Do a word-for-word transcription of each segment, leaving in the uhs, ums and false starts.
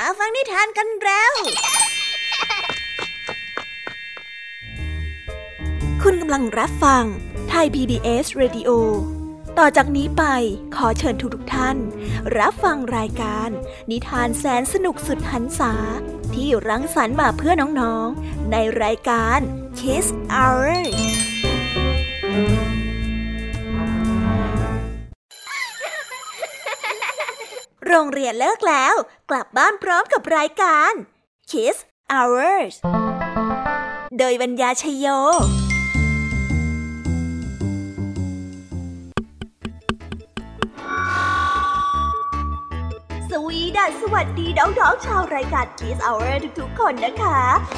มาฟังนิทานกันแล้วคุณกำลังรับฟังไทย พี บี เอส Radio ต่อจากนี้ไปขอเชิญทุกท่านรับฟังรายการนิทานแสนสนุกสุดหรรษาที่รังสรรค์มาเพื่อน้องๆในรายการ Kids Hourโรงเรียนเลิกแล้วกลับบ้านพร้อมกับรายการ Kids Hours โดยบรรยาชโยสวีดัสสวัสดีน้องๆชาวรายการ Kids Hours ทุกๆคนนะคะ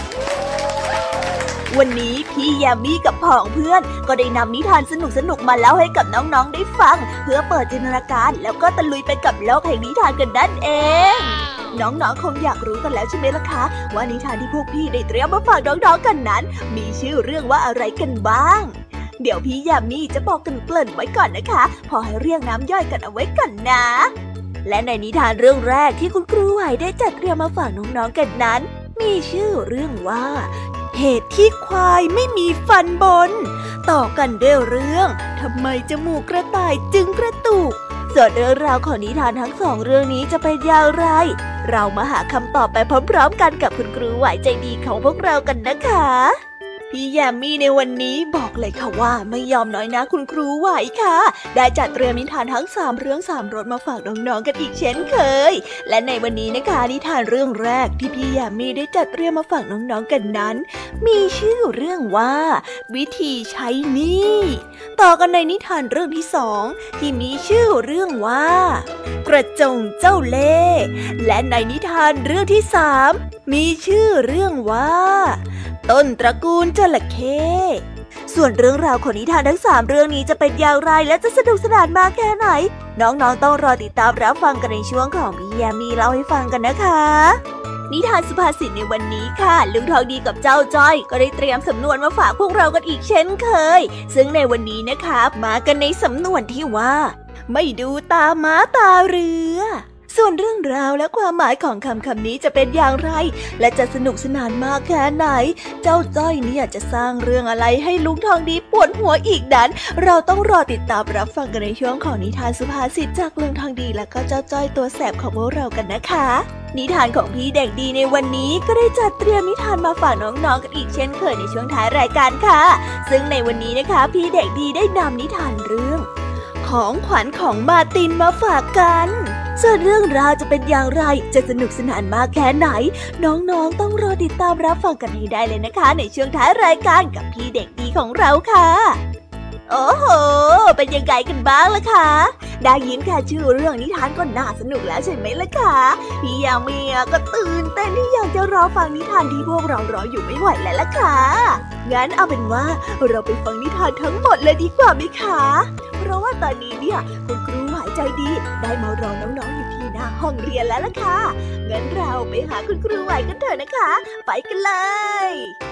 วันนี้พี่แยมมี่กับผองเพื่อนก็ได้นำนิทานสนุกๆมาเล่าให้กับน้องๆได้ฟังเพื่อเปิดจินตนาการแล้วก็ตะลุยไปกับโลกแห่งนิทานกันนั่นเองน้องๆคงอยากรู้กันแล้วใช่ไหมล่ะคะว่านิทานที่พวกพี่ได้เตรียมมาฝากน้องๆกันนั้นมีชื่อเรื่องว่าอะไรกันบ้างเดี๋ยวพี่แยมมี่จะบอกกันเกริ่นไว้ก่อนนะคะพอให้เรียกน้ำย่อยกันเอาไว้ก่อนนะและในนิทานเรื่องแรกที่คุณครูไหวได้จัดเตรียมมาฝากน้องๆกันนั้นมีชื่อเรื่องว่าเหตุที่ควายไม่มีฟันบนต่อกันด้วยเรื่องทำไมจมูกกระต่ายจึงกระตุกส่วนเรื่องราวของนิทานทั้งสองเรื่องนี้จะเป็นอย่างไรเรามาหาคำตอบไปพร้อมๆกันกับคุณครูไหวใจดีของพวกเรากันนะคะพี่แยมมี่ในวันนี้บอกเลยค่ะว่าไม่ยอมน้อยนะคุณครูไหวค่ะได้จัดเตรียมนิทานทั้งสามเรื่องสามรสมาฝากน้องๆกันอีกเช่นเคยและในวันนี้นะคะนิทานเรื่องแรกที่พี่แยมมี่ได้จัดเตรียมมาฝากน้องๆกันนั้นมีชื่อเรื่องว่าวิธีใช้หนี้ต่อกันในนิทานเรื่องที่สองที่มีชื่อเรื่องว่ากระจงเจ้าเล่ห์และในนิทานเรื่องที่สามมีชื่อเรื่องว่าต้นตระกูลจระเข้ส่วนเรื่องราวของนิทานทั้งสามเรื่องนี้จะเป็นอย่างไรและจะสนุกสนานมากแค่ไหนน้องๆต้องรอติดตามรับฟังกันในช่วงของพี่แยมมี่เล่าให้ฟังกันนะคะนิทานสุภาษิตในวันนี้ค่ะลุงทองดีกับเจ้าจ้อยก็ได้เตรียมสำนวนมาฝากพวกเรากันอีกเช่นเคยซึ่งในวันนี้นะคะมากันในสำนวนที่ว่าไม่ดูตาม้าตาเรือส่วนเรื่องราวและความหมายของคำคำนี้จะเป็นอย่างไรและจะสนุกสนานมากแค่ไหนเจ้าจ้อยเนี่ยจะสร้างเรื่องอะไรให้ลุงทองดีปวดหัวอีกนั้นเราต้องรอติดตามรับฟังกันในช่วงของนิทานสุภาษิตจากลุงทองดีและก็เจ้าจ้อยตัวแสบของพวกเรากันนะคะนิทานของพี่เด็กดีในวันนี้ก็ได้จัดเตรียมนิทานมาฝากน้องๆกันอีกเช่นเคยในช่วงท้ายรายการค่ะซึ่งในวันนี้นะคะพี่เด็กดีได้นำนิทานเรื่องของขวัญของมาร์ตินมาฝากกันส่วนเรื่องราวจะเป็นอย่างไรจะสนุกสนานมากแค่ไหนน้องๆต้องรอติดตามรับฟังกันให้ได้เลยนะคะในช่วงท้ายรายการกับพี่เด็กดีของเราค่ะโอ้โหเป็นยังไงกันบ้างล่ะคะได้ยินแค่ชื่อเรื่องนิทานก็น่าสนุกแล้วใช่ไหมล่ะคะพี่ยามีก็ตื่นเต้นที่อยากจะรอฟังนิทานที่พวกเรารออยู่ไม่ไหวแล้วล่ะค่ะงั้นเอาเป็นว่าเราไปฟังนิทานทั้งหมดเลยดีกว่าไหมคะเพราะว่าตอนนี้เนี่ยคุณครูหายใจดีได้มารอน้องๆอยู่ที่หน้าห้องเรียนแล้วล่ะค่ะงั้นเราไปหาคุณครูไหวกันเถอะนะคะไปกันเลย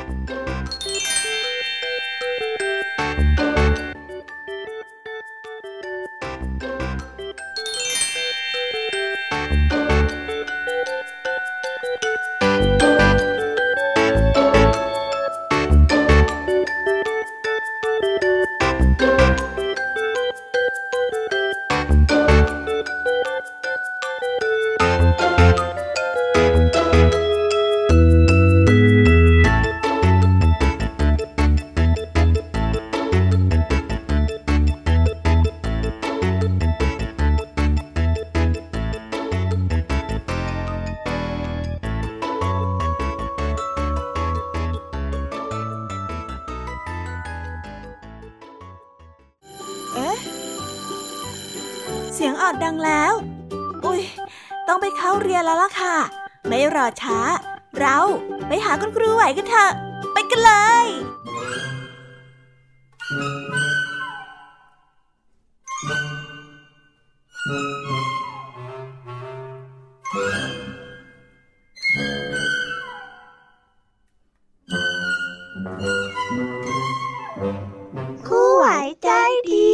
เสียงออดดังแล้วอุ๊ยต้องไปเข้าเรียนแล้วล่ะค่ะไม่รอช้าเราไปหาคุณครูไหวกันเถอะไปกันเลยครูไหวใจดี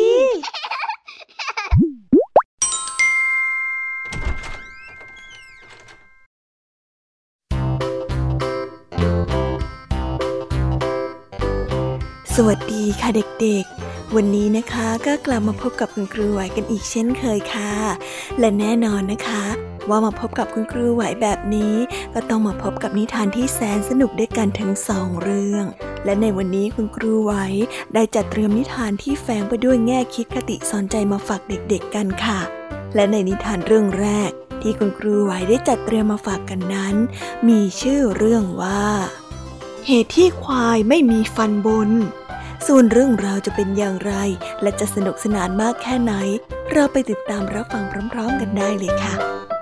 สวัสดีค่ะเด็กๆวันนี้นะคะก็กลับมาพบกับคุณครูไหวกันอีกเช่นเคยค่ะและแน่นอนนะคะว่ามาพบกับคุณครูไหวแบบนี้ก็ต้องมาพบกับนิทานที่แสนสนุกด้วยกันทั้งสองเรื่องและในวันนี้คุณครูไหวได้จัดเตรียมนิทานที่แฝงไปด้วยแง่คิดคติสอนใจมาฝากเด็กๆกันค่ะและในนิทานเรื่องแรกที่คุณครูไหวได้จัดเตรียมมาฝากกันนั้นมีชื่อเรื่องว่าเหตุที่ควายไม่มีฟันบนส่วนเรื่องราวจะเป็นอย่างไรและจะสนุกสนานมากแค่ไหนเราไปติดตามรับฟังพร้อมๆกันได้เลยค่ะ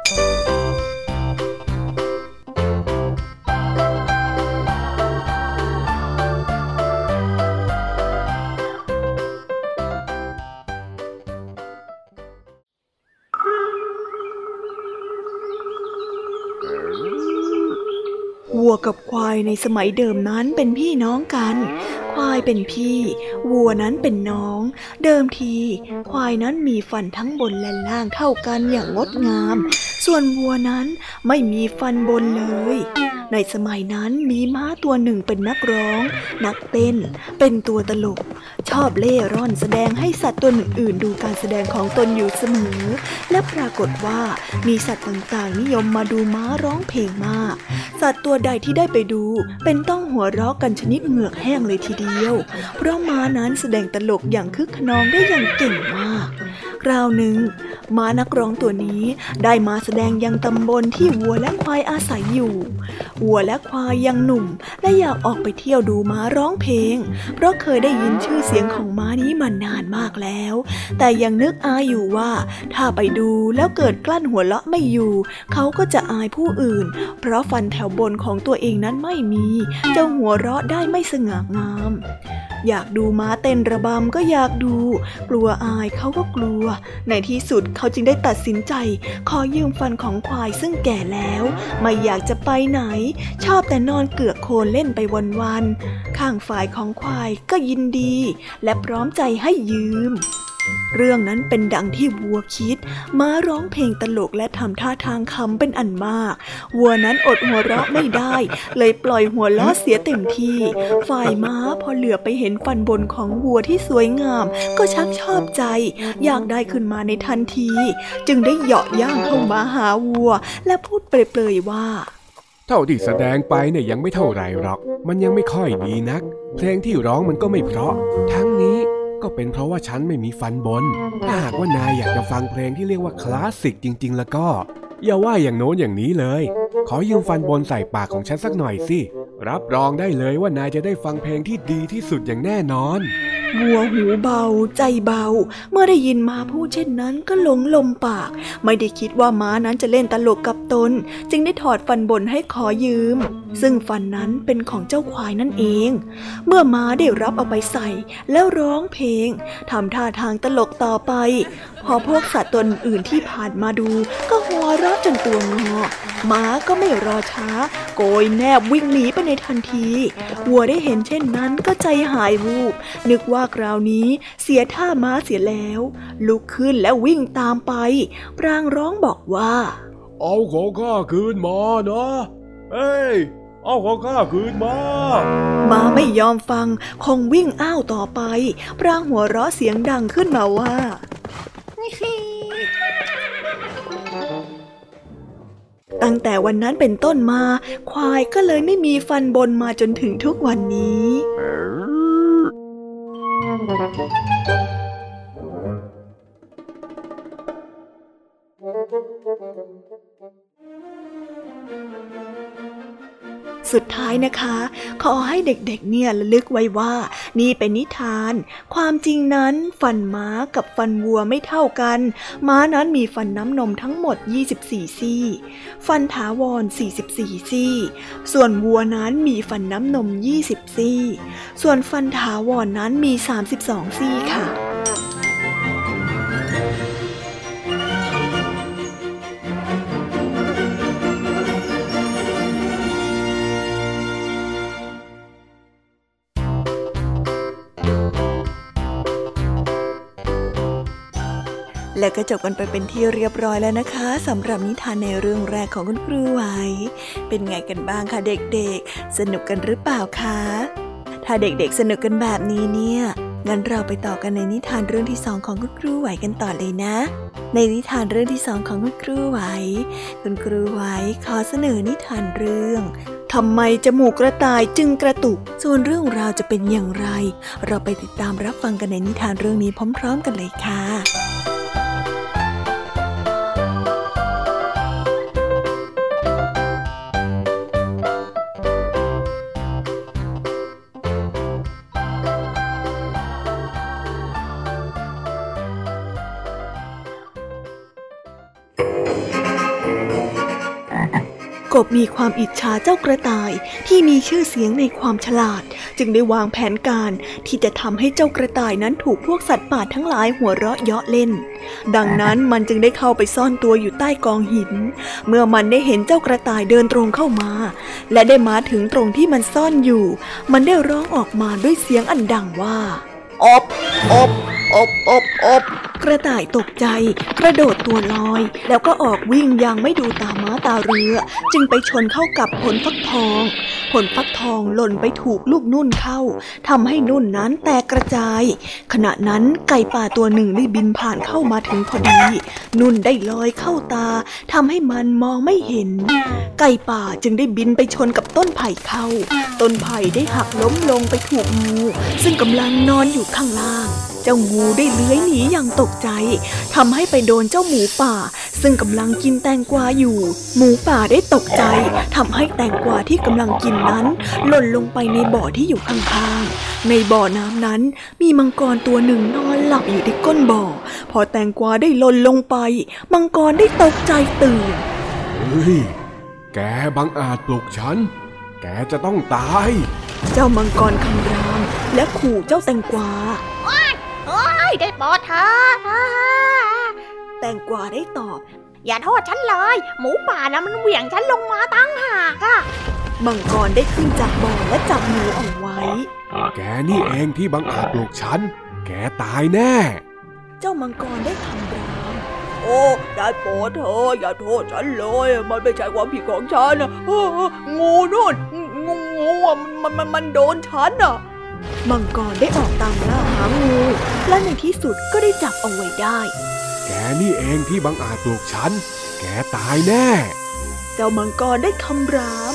วัวกับควายในสมัยเดิมนั้นเป็นพี่น้องกันควายเป็นพี่วัวนั้นเป็นน้องเดิมทีควายนั้นมีฟันทั้งบนและล่างเท่ากันอย่างงดงามส่วนวัวนั้นไม่มีฟันบนเลยในสมัยนั้นมีม้าตัวหนึ่งเป็นนักร้องนักเต้นเป็นตัวตลกชอบเล่ร่อนแสดงให้สัตว์ตัวอื่นๆดูการแสดงของตนอยู่เสมอและปรากฏว่ามีสัตว์ต่างๆนิยมมาดูม้าร้องเพลงมากสัตว์ตัวใดที่ได้ไปดูเป็นต้องหัวเราะกันชนิดเหงือกแห้งเลยทีเดียวเพราะม้านั้นแสดงตลกอย่างคึกคะนองได้อย่างเก่งมากคราวหนึ่งม้านักร้องตัวนี้ได้มาแสดงยังตำบลที่วัวและควายอาศัยอยู่วัวและควายยังหนุ่มและอยากออกไปเที่ยวดูม้าร้องเพลงเพราะเคยได้ยินชื่อเสียงของม้านี้มานานมากแล้วแต่ยังนึกอายอยู่ว่าถ้าไปดูแล้วเกิดกลั้นหัวเราะไม่อยู่เขาก็จะอายผู้อื่นเพราะฟันแถวบนของตัวเองนั้นไม่มีจะหัวเราะได้ไม่สง่างามอยากดูม้าเต้นระบำก็อยากดูกลัวอายเขาก็กลัวในที่สุดเขาจึงได้ตัดสินใจขอยืมฟันของควายซึ่งแก่แล้วไม่อยากจะไปไหนชอบแต่นอนเกือกโคลนเล่นไปวันๆข้างฝ่ายของควายก็ยินดีและพร้อมใจให้ยืมเรื่องนั้นเป็นดังที่วัวคิดม้าร้องเพลงตลกและทำท่าทางขำเป็นอันมากวัวนั้นอดหัวเราะไม่ได้เลยปล่อยหัวเราะเสียเต็มที่ฝ่ายม้าพอเหลือไปเห็นฟันบนของวัวที่สวยงามก็ชักชอบใจอยากได้ขึ้นมาในทันทีจึงได้เหยาะย่างเข้ามาหาวัวและพูดเปรยๆว่าเท่าที่แสดงไปเนี่ยยังไม่เท่าไรหรอกมันยังไม่ค่อยดีนักเพลงที่ร้องมันก็ไม่เพราะทั้งนี้ก็เป็นเพราะว่าฉันไม่มีฟันบนถ้าหากว่านายอยากจะฟังเพลงที่เรียกว่าคลาสสิกจริงๆแล้วก็อย่าว่าอย่างโน้นอย่างนี้เลยขอยืมฟันบนใส่ปากของฉันสักหน่อยสิรับรองได้เลยว่านายจะได้ฟังเพลงที่ดีที่สุดอย่างแน่นอนวัวหูเบาใจเบาเมื่อได้ยินม้าพูดเช่นนั้นก็หลงลมปากไม่ได้คิดว่าม้านั้นจะเล่นตลกกับตนจึงได้ถอดฟันบนให้ขอยืมซึ่งฟันนั้นเป็นของเจ้าควายนั่นเองเมื่อม้าได้รับเอาไปใส่แล้วร้องเพลงทำท่าทางตลกต่อไปพอพวกสัตว์ตัวอื่นที่ผ่านมาดูก็หัวเราะจนตัวงอม้าก็ไม่รอช้าโกยแนบวิ่งหนีไปในทันทีวัวได้เห็นเช่นนั้นก็ใจหายวูบนึกว่าคราวนี้เสียท่าม้าเสียแล้วลุกขึ้นและวิ่งตามไปพรางร้องบอกว่าเอาของข้าคืนมานะเอ้ยเอาของข้าคืนมาม้าไม่ยอมฟังคงวิ่งอ้าวต่อไปพรางหัวเราะเสียงดังขึ้นมาว่าตั้งแต่วันนั้นเป็นต้นมาควายก็เลยไม่มีฟันบนมาจนถึงทุกวันนี้ สุดท้ายนะคะขอให้เด็กๆเนี่ยระลึกไว้ว่านี่เป็นนิทานความจริงนั้นฟันม้ากับฟันวัวไม่เท่ากันม้านั้นมีฟันน้ำนมทั้งหมดยี่สิบสี่ซี่ฟันถาวรสี่สิบสี่ซี่ส่วนวัวนั้นมีฟันน้ำนมยี่สิบซี่ส่วนฟันถาวรนั้นมีสามสิบสองซี่ค่ะและก็จบกันไปเป็นที่เรียบร้อยแล้วนะคะสำหรับนิทานในเรื่องแรกของคุณครูไหวเป็นไงกันบ้างคะเด็กๆสนุกกันหรือเปล่าคะถ้าเด็กๆสนุกกันแบบนี้เนี่ยงั้นเราไปต่อกันในนิทานเรื่องที่สองของคุณครูไหวกันต่อเลยนะในนิทานเรื่องที่สองของคุณครูไหวคุณครูไหวขอเสนอนิทานเรื่องทำไมจมูกกระต่ายจึงกระตุกส่วนเรื่องราวจะเป็นอย่างไรเราไปติดตามรับฟังกันในนิทานเรื่องนี้พร้อมๆกันเลยค่ะกบมีความอิจฉาเจ้ากระต่ายที่มีชื่อเสียงในความฉลาดจึงได้วางแผนการที่จะทำให้เจ้ากระต่ายนั้นถูกพวกสัตว์ป่าทั้งหลายหัวเราะเยาะเล่นดังนั้นมันจึงได้เข้าไปซ่อนตัวอยู่ใต้กองหินเมื่อมันได้เห็นเจ้ากระต่ายเดินตรงเข้ามาและได้มาถึงตรงที่มันซ่อนอยู่มันได้ร้องออกมาด้วยเสียงอันดังว่าอบอบอบอบอบกระต่ายตกใจกระโดดตัวลอยแล้วก็ออกวิ่งอย่างไม่ดูตาม้าตาเรือจึงไปชนเข้ากับผลฟักทองผลฟักทองหล่นไปถูกลูกนุ่นเข้าทำให้นุ่นนั้นแตกกระจายขณะนั้นไก่ป่าตัวหนึ่งได้บินผ่านเข้ามาถึงพอดีนุ่นได้ลอยเข้าตาทำให้มันมองไม่เห็นไก่ป่าจึงได้บินไปชนกับต้นไผ่เข้าต้นไผ่ได้หักล้มลงไปถูกงูซึ่งกำลังนอนอยู่ข้างล่างเจ้างูได้เลื้อยหนีอย่างตกใจทำให้ไปโดนเจ้าหมูป่าซึ่งกำลังกินแตงกวาอยู่หมูป่าได้ตกใจทำให้แตงกวาที่กำลังกินนั้นหล่นลงไปในบ่อที่อยู่ข้างๆในบ่อน้ำนั้นมีมังกรตัวหนึ่งนอนหลับอยู่ที่ก้นบ่อพอแตงกวาได้หล่นลงไปมังกรได้ตกใจตื่นเฮ้ยแกบังอาจปลุกฉันแกจะต้องตายเจ้ามังกรคำรามและขู่เจ้าแตงกวาโอ๊ยโอ๊ยได้โปรดเถอะแตงกวาได้ตอบอย่าโทษฉันเลยหมูป่านะมันเหวี่ยงฉันลงมาตั้งหากอะมังกรได้ขึ้นจากบ่อและจับหมูเอาไว้แกนี่เองที่บังอาจปลุกฉันแกตายแน่เจ้ามังกรได้คำรามโอ้ได้โปรดเถอะอย่าโทษฉันเลยมันไม่ใช่ความผิดของฉันนะงูนู่นงูงูมันมันมันโดนฉันอ่ะมังกรได้ออกตามล่าหางูและในที่สุดก็ได้จับเอาไว้ได้แกนี่เองที่บังอาจปลุกฉันแกตายแน่เจ้ามังกรได้คำราม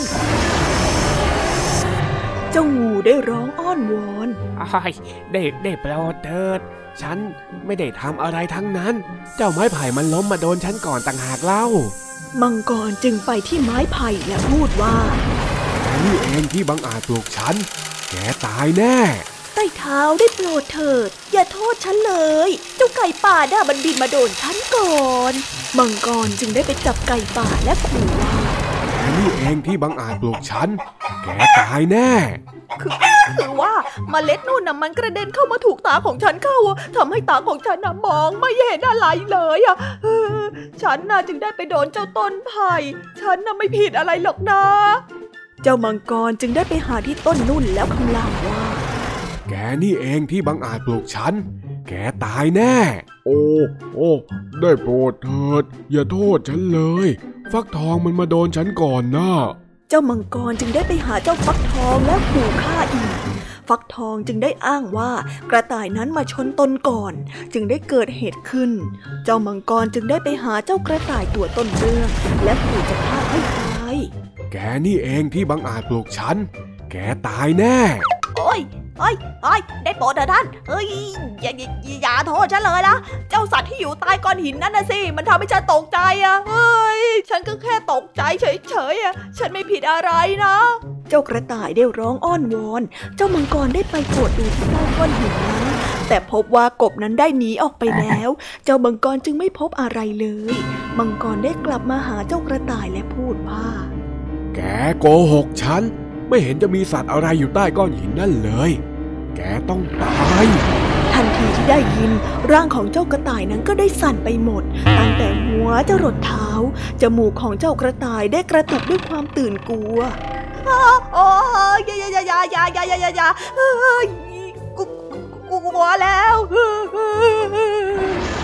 เจ้างูได้ร้องอ้อนวอนอ้ายได้ได้โปรดเถิดฉันไม่ได้ทำอะไรทั้งนั้นเจ้าไม้ไผ่มันล้มมาโดนฉันก่อนต่างหากเล่ามังกรจึงไปที่ไม้ไผ่และพูดว่าแกนี่เองที่บังอาจปลุกฉันแกตายแน่ใต้เท้าได้โปรดเถิดอย่าโทษฉันเลยเจ้าไก่ป่าน่ะมันบินมาโดนฉันก่อนมังกรจึงได้ไปจับไก่ป่าและขู่ว่าแกนี่เองที่บังอาจปลุกฉันแกตายแน่คือคือว่าเมล็ดนู่นน่ะมันกระเด็นเข้ามาถูกตาของฉันเข้าทำให้ตาของฉันน่ะมองไม่เห็นอะไรเลยอ่ะฉันน่ะจึงได้ไปโดนเจ้าต้นไผ่ฉันน่ะไม่ผิดอะไรหรอกนะเจ้ามังกรจึงได้ไปหาที่ต้นนุ่นแล้วคำรามว่าแกนี่เองที่บังอาจปลุกฉันแกตายแน่โอ้โอ้ได้โปรดเถิดอย่าโทษฉันเลยฟักทองมันมาโดนฉันก่อนนะเจ้ามังกรจึงได้ไปหาเจ้าฟักทองและขู่ฆ่าอีกฟักทองจึงได้อ้างว่ากระต่ายนั้นมาชนตนก่อนจึงได้เกิดเหตุขึ้นเจ้ามังกรจึงได้ไปหาเจ้ากระต่ายตัวต้นเรื่องและขู่จะฆ่าให้ตายแกนี่เองที่บังอาจปลุกฉันแกตายแน่โอ้ยโอ้ยโอ้ยได้โปรดเถอะท่านเอ้ยอย่าอย่าโทษฉันเลยนะเจ้าสัตว์ที่อยู่ใต้ก้อนหินนั่นน่ะสิมันทำให้ฉันตกใจอ่ะเฮ้ยฉันก็แค่ตกใจเฉยๆอ่ะฉันไม่ผิดอะไรนะเจ้ากระต่ายได้ร้องอ้อนวอนเจ้ามังกรได้ไปตรวจดูที่ใต้ก้อนหินนั้นแต่พบว่ากบนั้นได้หนีออกไปแล้วเจ้ามังกรจึงไม่พบอะไรเลยมังกรได้กลับมาหาเจ้ากระต่ายและพูดว่าแกโกหกฉันไม่เห็นจะมีสัตว์อะไรอยู่ใต้ก้อนหินนั่นเลยแกต้องตายทันทีที่ได้ยินร่างของเจ้ากระต่ายนั้นก็ได้สั่นไปหมดตั้งแต่หัวจรดเท้าจมูกของเจ้ากระต่ายได้กระตุกด้วยความตื่นกลัวโอ้ยอย่าอย่าอย่าอย่าอย่าอย่าอย่าอย่ากูกลัวแล้ว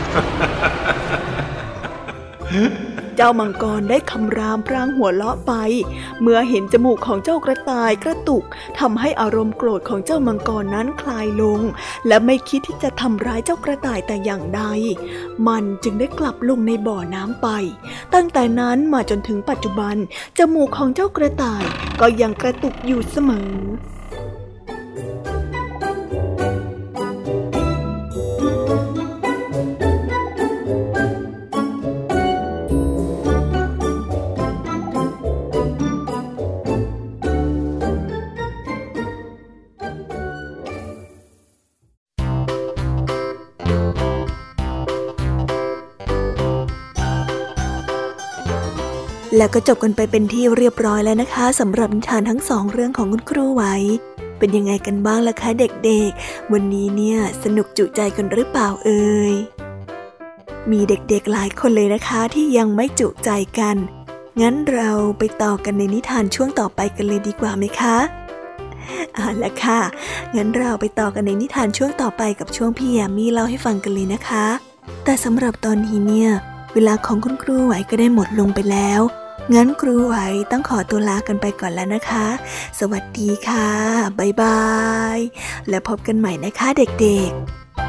เจ้ามังกรได้คำรามพรางหัวเราะไปเมื่อเห็นจมูกของเจ้ากระต่ายกระตุกทำให้อารมณ์โกรธของเจ้ามังกรนั้นคลายลงและไม่คิดที่จะทำร้ายเจ้ากระต่ายแต่อย่างใดมันจึงได้กลับลงในบ่อน้ำไปตั้งแต่นั้นมาจนถึงปัจจุบันจมูกของเจ้ากระต่ายก็ยังกระตุกอยู่เสมอแล้วก็จบกันไปเป็นที่เรียบร้อยแล้วนะคะสำหรับนิทานทั้งสองเรื่องของคุณครูไหวเป็นยังไงกันบ้างล่ะคะเด็กๆวันนี้เนี่ยสนุกจุใจกันหรือเปล่าเอ่ยมีเด็กๆหลายคนเลยนะคะที่ยังไม่จุใจกันงั้นเราไปต่อกันในนิทานช่วงต่อไปกันเลยดีกว่าไหมคะเอาล่ะค่ะงั้นเราไปต่อกันในนิทานช่วงต่อไปกับช่วงพี่ยามีเล่าให้ฟังกันเลยนะคะแต่สำหรับตอนนี้เนี่ยเวลาของคุณครูไหวก็ได้หมดลงไปแล้วงั้นครูไหวต้องขอตัวลากันไปก่อนแล้วนะคะสวัสดีค่ะบ๊ายบายแล้วพบกันใหม่นะคะเด็ก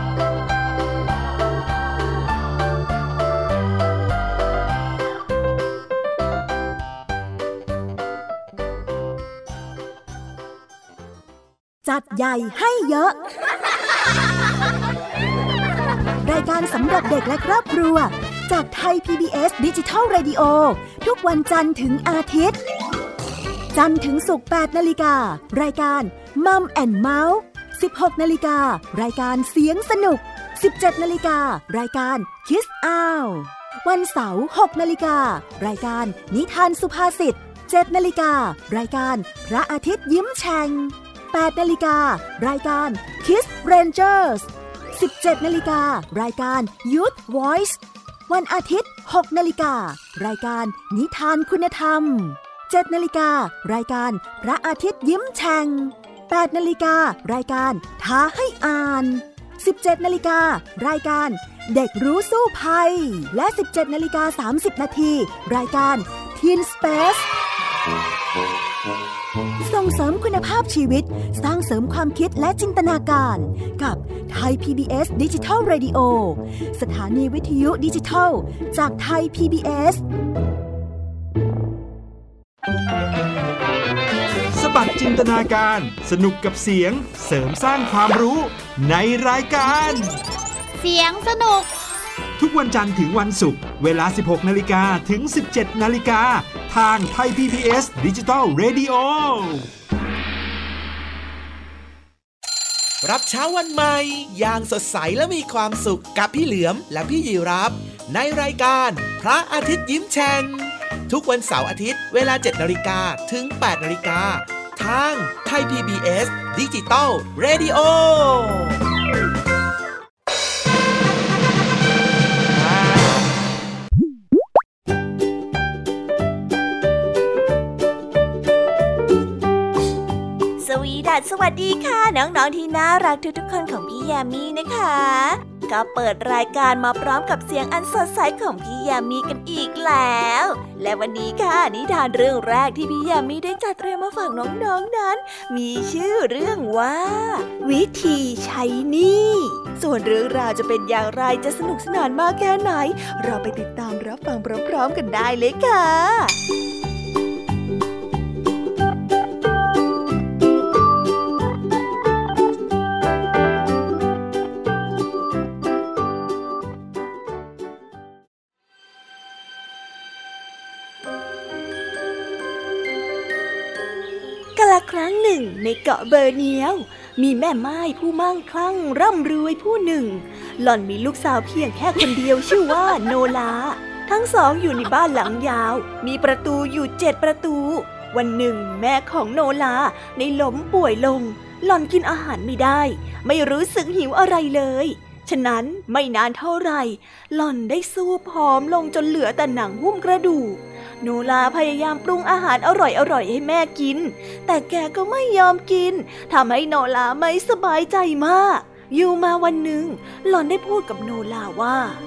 ๆจัดใหญ่ให้เยอะรายการสำหรับเด็กและครอบครัวจากไทย พี บี เอส Digital Radio ทุกวันจันทร์ถึงอาทิตย์จันทร์ถึงศุกร์ แปดนาฬิกา รายการ Mum and Mouse สิบหกนาฬิกา รายการเสียงสนุก สิบเจ็ดนาฬิกา รายการ Kiss Out วันเสาร์ หกนาฬิกา รายการนิทานสุภาษิต เจ็ดนาฬิกา รายการพระอาทิตย์ยิ้มแฉ่ง แปดนาฬิกา รายการ Kiss Rangers สิบเจ็ดนาฬิกา รายการ Youth Voiceวันอาทิตย์ หกนาฬิกา รายการนิทานคุณธรรม เจ็ดนาฬิกา รายการพระอาทิตย์ยิ้มแฉ่ง แปดนาฬิกา รายการท้าให้อ่าน สิบเจ็ดนาฬิกา รายการเด็กรู้สู้ภัย และ สิบเจ็ดนาฬิกาสามสิบนาที รายการ Teen Space ส่งเสริมคุณภาพชีวิตสร้างเสริมความคิดและจินตนาการกับไทย พี บี เอส Digital Radio สถานีวิทยุดิจิทัลจากไทย พี บี เอสสบัดจินตนาการสนุกกับเสียงเสริมสร้างความรู้ในรายการเสียงสนุกทุกวันจันทร์ถึงวันศุกร์เวลา สิบหกนาฬิกา ถึง สิบเจ็ดนาฬิกา ทางไทย พี บี เอส Digital Radio รับเช้าวันใหม่อย่างสดใสและมีความสุขกับพี่เหลือมและพี่ยีรับในรายการพระอาทิตย์ยิ้มแฉ่งทุกวันเสาร์อาทิตย์เวลา เจ็ดนาฬิกา ถึง แปดนาฬิกา ทางไทย พี บี เอส Digital Radio สวัสดีค่ะน้องๆที่น่ารักทุกๆคนของพี่ยามีนะคะก็เปิดรายการมาพร้อมกับเสียงอันสดใสของพี่ยามีกันอีกแล้วและวันนี้ค่ะนิทานเรื่องแรกที่พี่ยามีได้จัดเตรียมมาฝากน้องๆนั้นมีชื่อเรื่องว่าวิธีใช้หนี้ส่วนเรื่องราวจะเป็นอย่างไรจะสนุกสนานมากแค่ไหนเราไปติดตามรับฟังพร้อมๆกันได้เลยค่ะครั้งหนึ่งในเกาะเบอร์เนียวมีแม่ไม้ผู้มั่งคั่งร่ำรวยผู้หนึ่งหล่อนมีลูกสาวเพียงแค่คนเดียวชื่อว่าโนลาทั้งสองอยู่ในบ้านหลังยาวมีประตูอยู่เจ็ดประตูวันหนึ่งแม่ของโนลาได้ล้มป่วยลงหล่อนกินอาหารไม่ได้ไม่รู้สึกหิวอะไรเลยฉะนั้นไม่นานเท่าไหร่หล่อนได้สู้ผอมลงจนเหลือแต่หนังหุ้มกระดูกโนลาพยายามปรุงอาหารอร่อยๆให้แม่กินแต่แกก็ไม่ยอมกินทำให้โนลาไม่สบายใจมากอยู่มาวันหนึ่งหล่อนได้พูดกับโนลาว่า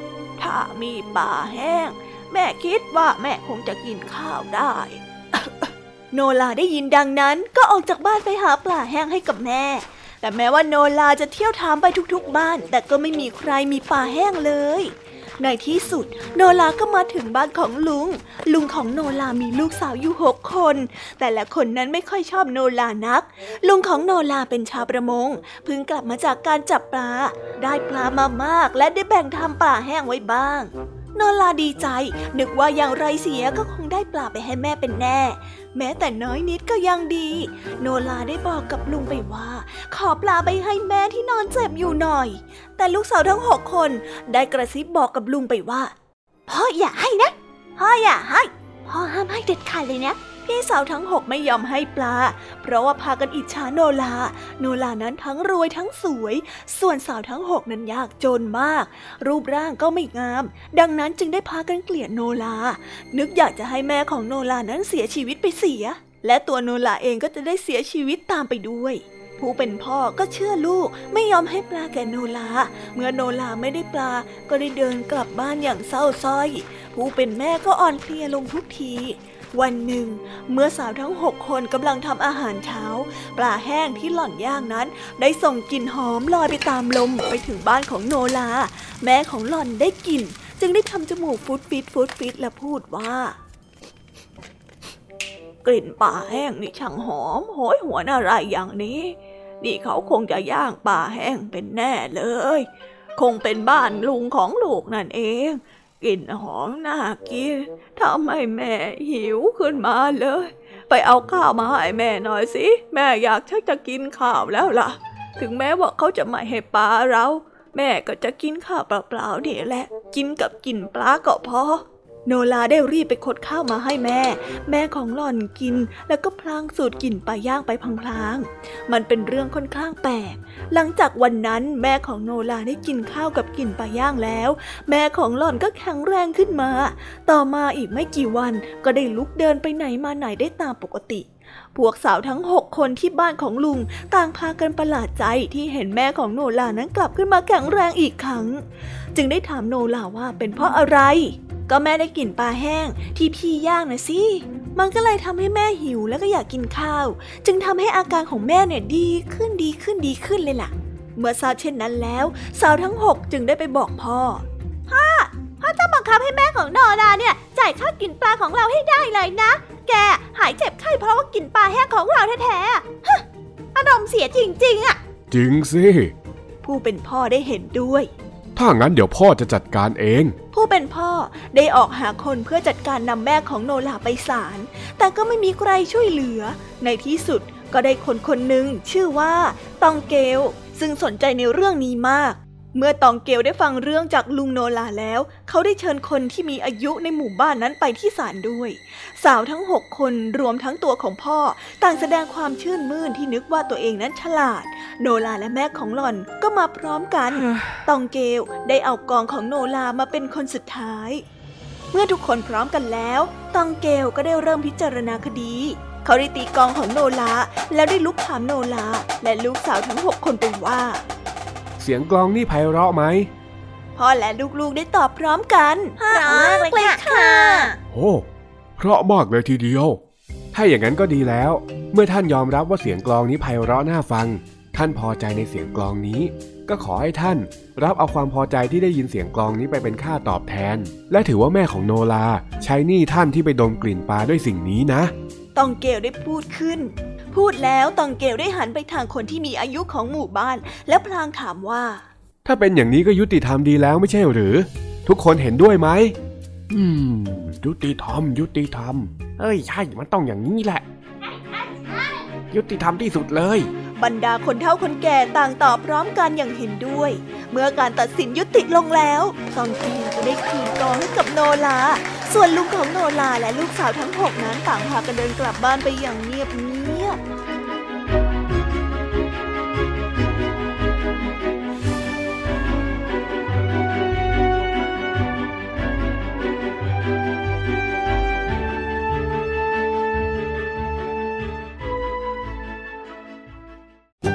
ถ้ามีปลาแห้งแม่คิดว่าแม่คงจะกินข้าวได้ โนลาได้ยินดังนั้นก็ออกจากบ้านไปหาปลาแห้งให้กับแม่แต่แม้ว่าโนลาจะเที่ยวถามไปทุกๆบ้านแต่ก็ไม่มีใครมีปลาแห้งเลยในที่สุดโนลาก็มาถึงบ้านของลุงลุงของโนลามีลูกสาวอยู่หกคนแต่ละคนนั้นไม่ค่อยชอบโนลานักลุงของโนลาเป็นชาวประมงเพิ่งกลับมาจากการจับปลาได้ปลามามากและได้แบ่งทำปลาแห้งไว้บ้างโนลาดีใจนึกว่าอย่างไรเสียก็คงได้ปลาไปให้แม่เป็นแน่แม้แต่น้อยนิดก็ยังดีโนลาได้บอกกับลุงไปว่าขอปลาไปให้แม่ที่นอนเจ็บอยู่หน่อยแต่ลูกสาวทั้งหกคนได้กระซิบบอกกับลุงไปว่าพ่ออย่าให้นะพ่ออย่าให้พ่อห้ามให้เด็ดขาดเลยนะพี่สาวทั้งหกไม่ยอมให้ปลาเพราะว่าพากันอิจฉาโนลาโนลานั้นทั้งรวยทั้งสวยส่วนสาวทั้งหกนั้นยากจนมากรูปร่างก็ไม่งามดังนั้นจึงได้พากันเกลียดโนลานึกอยากจะให้แม่ของโนลานั้นเสียชีวิตไปเสียและตัวโนลาเองก็จะได้เสียชีวิตตามไปด้วยผู้เป็นพ่อก็เชื่อลูกไม่ยอมให้ปลาแก่โนลาเมื่อโนลาไม่ได้ปลาก็ได้เดินกลับบ้านอย่างเศร้าส้อยผู้เป็นแม่ก็อ่อนเพลียลงทุกทีวันหนึ่งเมื่อสาวทั้งหกคนกำลังทำอาหารเช้าปลาแห้งที่หล่อนย่างนั้นได้ส่งกลิ่นหอมลอยไปตามลมไปถึงบ้านของโนลาแม่ของหล่อนได้กลิ่นจึงได้ทำจมูกฟุดฟิดฟุดฟิดและพูดว่ากลิ่นปลาแห้งนี่ช่างหอมโหยหวนอะไรอย่างนี้นี่เขาคงจะย่างปลาแห้งเป็นแน่เลยคงเป็นบ้านลุงของลูกนั่นเองกลิ่นหอมน่ากินทำให้แม่หิวขึ้นมาเลยไปเอาข้าวมาให้แม่หน่อยสิแม่อยากชักจะกินข้าวแล้วล่ะถึงแม้ว่าเขาจะไม่ให้ปลาเราแม่ก็จะกินข้าวเปล่าๆนี่แหละกินกับกินปลาก็พอโนลาได้รีบไปขดข้าวมาให้แม่แม่ของหล่อนกินแล้วก็พลางสูดกลิ่นปลาย่างไปพลางๆมันเป็นเรื่องค่อนข้างแปลกหลังจากวันนั้นแม่ของโนลาได้กินข้าวกับกลิ่นปลาย่างแล้วแม่ของหล่อนก็แข็งแรงขึ้นมาต่อมาอีกไม่กี่วันก็ได้ลุกเดินไปไหนมาไหนได้ตามปกติพวกสาวทั้งหกคนที่บ้านของลุงต่างพากันประหลาดใจที่เห็นแม่ของโนลานั้นกลับขึ้นมาแข็งแรงอีกครั้งจึงได้ถามโนลาว่าเป็นเพราะอะไรก็แม่ได้กลิ่นปลาแห้งที่พี่ย่างนะสิมันก็เลยทำให้แม่หิวแล้วก็อยากกินข้าวจึงทำให้อาการของแม่เนี่ยดีขึ้นดีขึ้นดีขึ้นเลยล่ะเมื่อทราบเช่นนั้นแล้วสาวทั้งหกจึงได้ไปบอกพ่อพ่อพ่อต้องบังคับให้แม่ของโนราเนี่ยจ่ายค่ากินปลาของเราให้ได้เลยนะแกหายเจ็บไข้เพราะว่ากินปลาแห้งของเราแท้ๆฮะอารมณ์เสียจริงๆอ่ะจริงสิผู้เป็นพ่อได้เห็นด้วยถ้างั้นเดี๋ยวพ่อจะจัดการเองผู้เป็นพ่อได้ออกหาคนเพื่อจัดการนำแม่ของโนลาไปศาลแต่ก็ไม่มีใครช่วยเหลือในที่สุดก็ได้คนคนหนึ่งชื่อว่าตองเกลซึ่งสนใจในเรื่องนี้มากเมื่อตองเกลได้ฟังเรื่องจากลุงโนลาแล้วเขาได้เชิญคนที่มีอายุในหมู่บ้านนั้นไปที่ศาลด้วยสาวทั้งหกคนรวมทั้งตัวของพ่อต่างแสดงความชื่นมื่นที่นึกว่าตัวเองนั้นฉลาดโนลาและแม่ของหล่อนก็มาพร้อมกัน ตองเกลได้เอากองของโนลามาเป็นคนสุดท้ายเมื่อทุกคนพร้อมกันแล้วตองเกลก็ได้เริ่มพิจารณาคดีเขาได้ตีกองของโนลาแล้วได้ลุกถามโนลาและลูกสาวทั้งหกคนไปว่าเสียงกลองนี่ไพเราะไหมพ่อและลูกๆได้ตอบพร้อมกันเพราะมากเลยค่ะโอ้เพราะมากเลยทีเดียวถ้าอย่างนั้นก็ดีแล้วเมื่อท่านยอมรับว่าเสียงกลองนี้ไพเราะน่าฟังท่านพอใจในเสียงกลองนี้ก็ขอให้ท่านรับเอาความพอใจที่ได้ยินเสียงกลองนี้ไปเป็นค่าตอบแทนและถือว่าแม่ของโนลาใช้หนี้ท่านที่ไปดมกลิ่นปลาด้วยสิ่งนี้นะตองเกลได้พูดขึ้นพูดแล้วตองเกลได้หันไปทางคนที่มีอายุของหมู่บ้านและพลางถามว่าถ้าเป็นอย่างนี้ก็ยุติธรรมดีแล้วไม่ใช่หรือทุกคนเห็นด้วยไหมอืมยุติธรรมยุติธรรมเอ้ยใช่มันต้องอย่างนี้แหละยุติธรรมที่สุดเลยบรรดาคนเฒ่าคนแก่ต่างตอบพร้อมกันอย่างเห็นด้วยเมื่อการตัดสินยุติลงแล้วตองเกลก็ได้คืนกองให้กับโนลาส่วนลุงของโนลาและลูกสาวทั้งหกนั้นต่างพากันเดินกลับบ้านไปอย่างเงียบเงียบ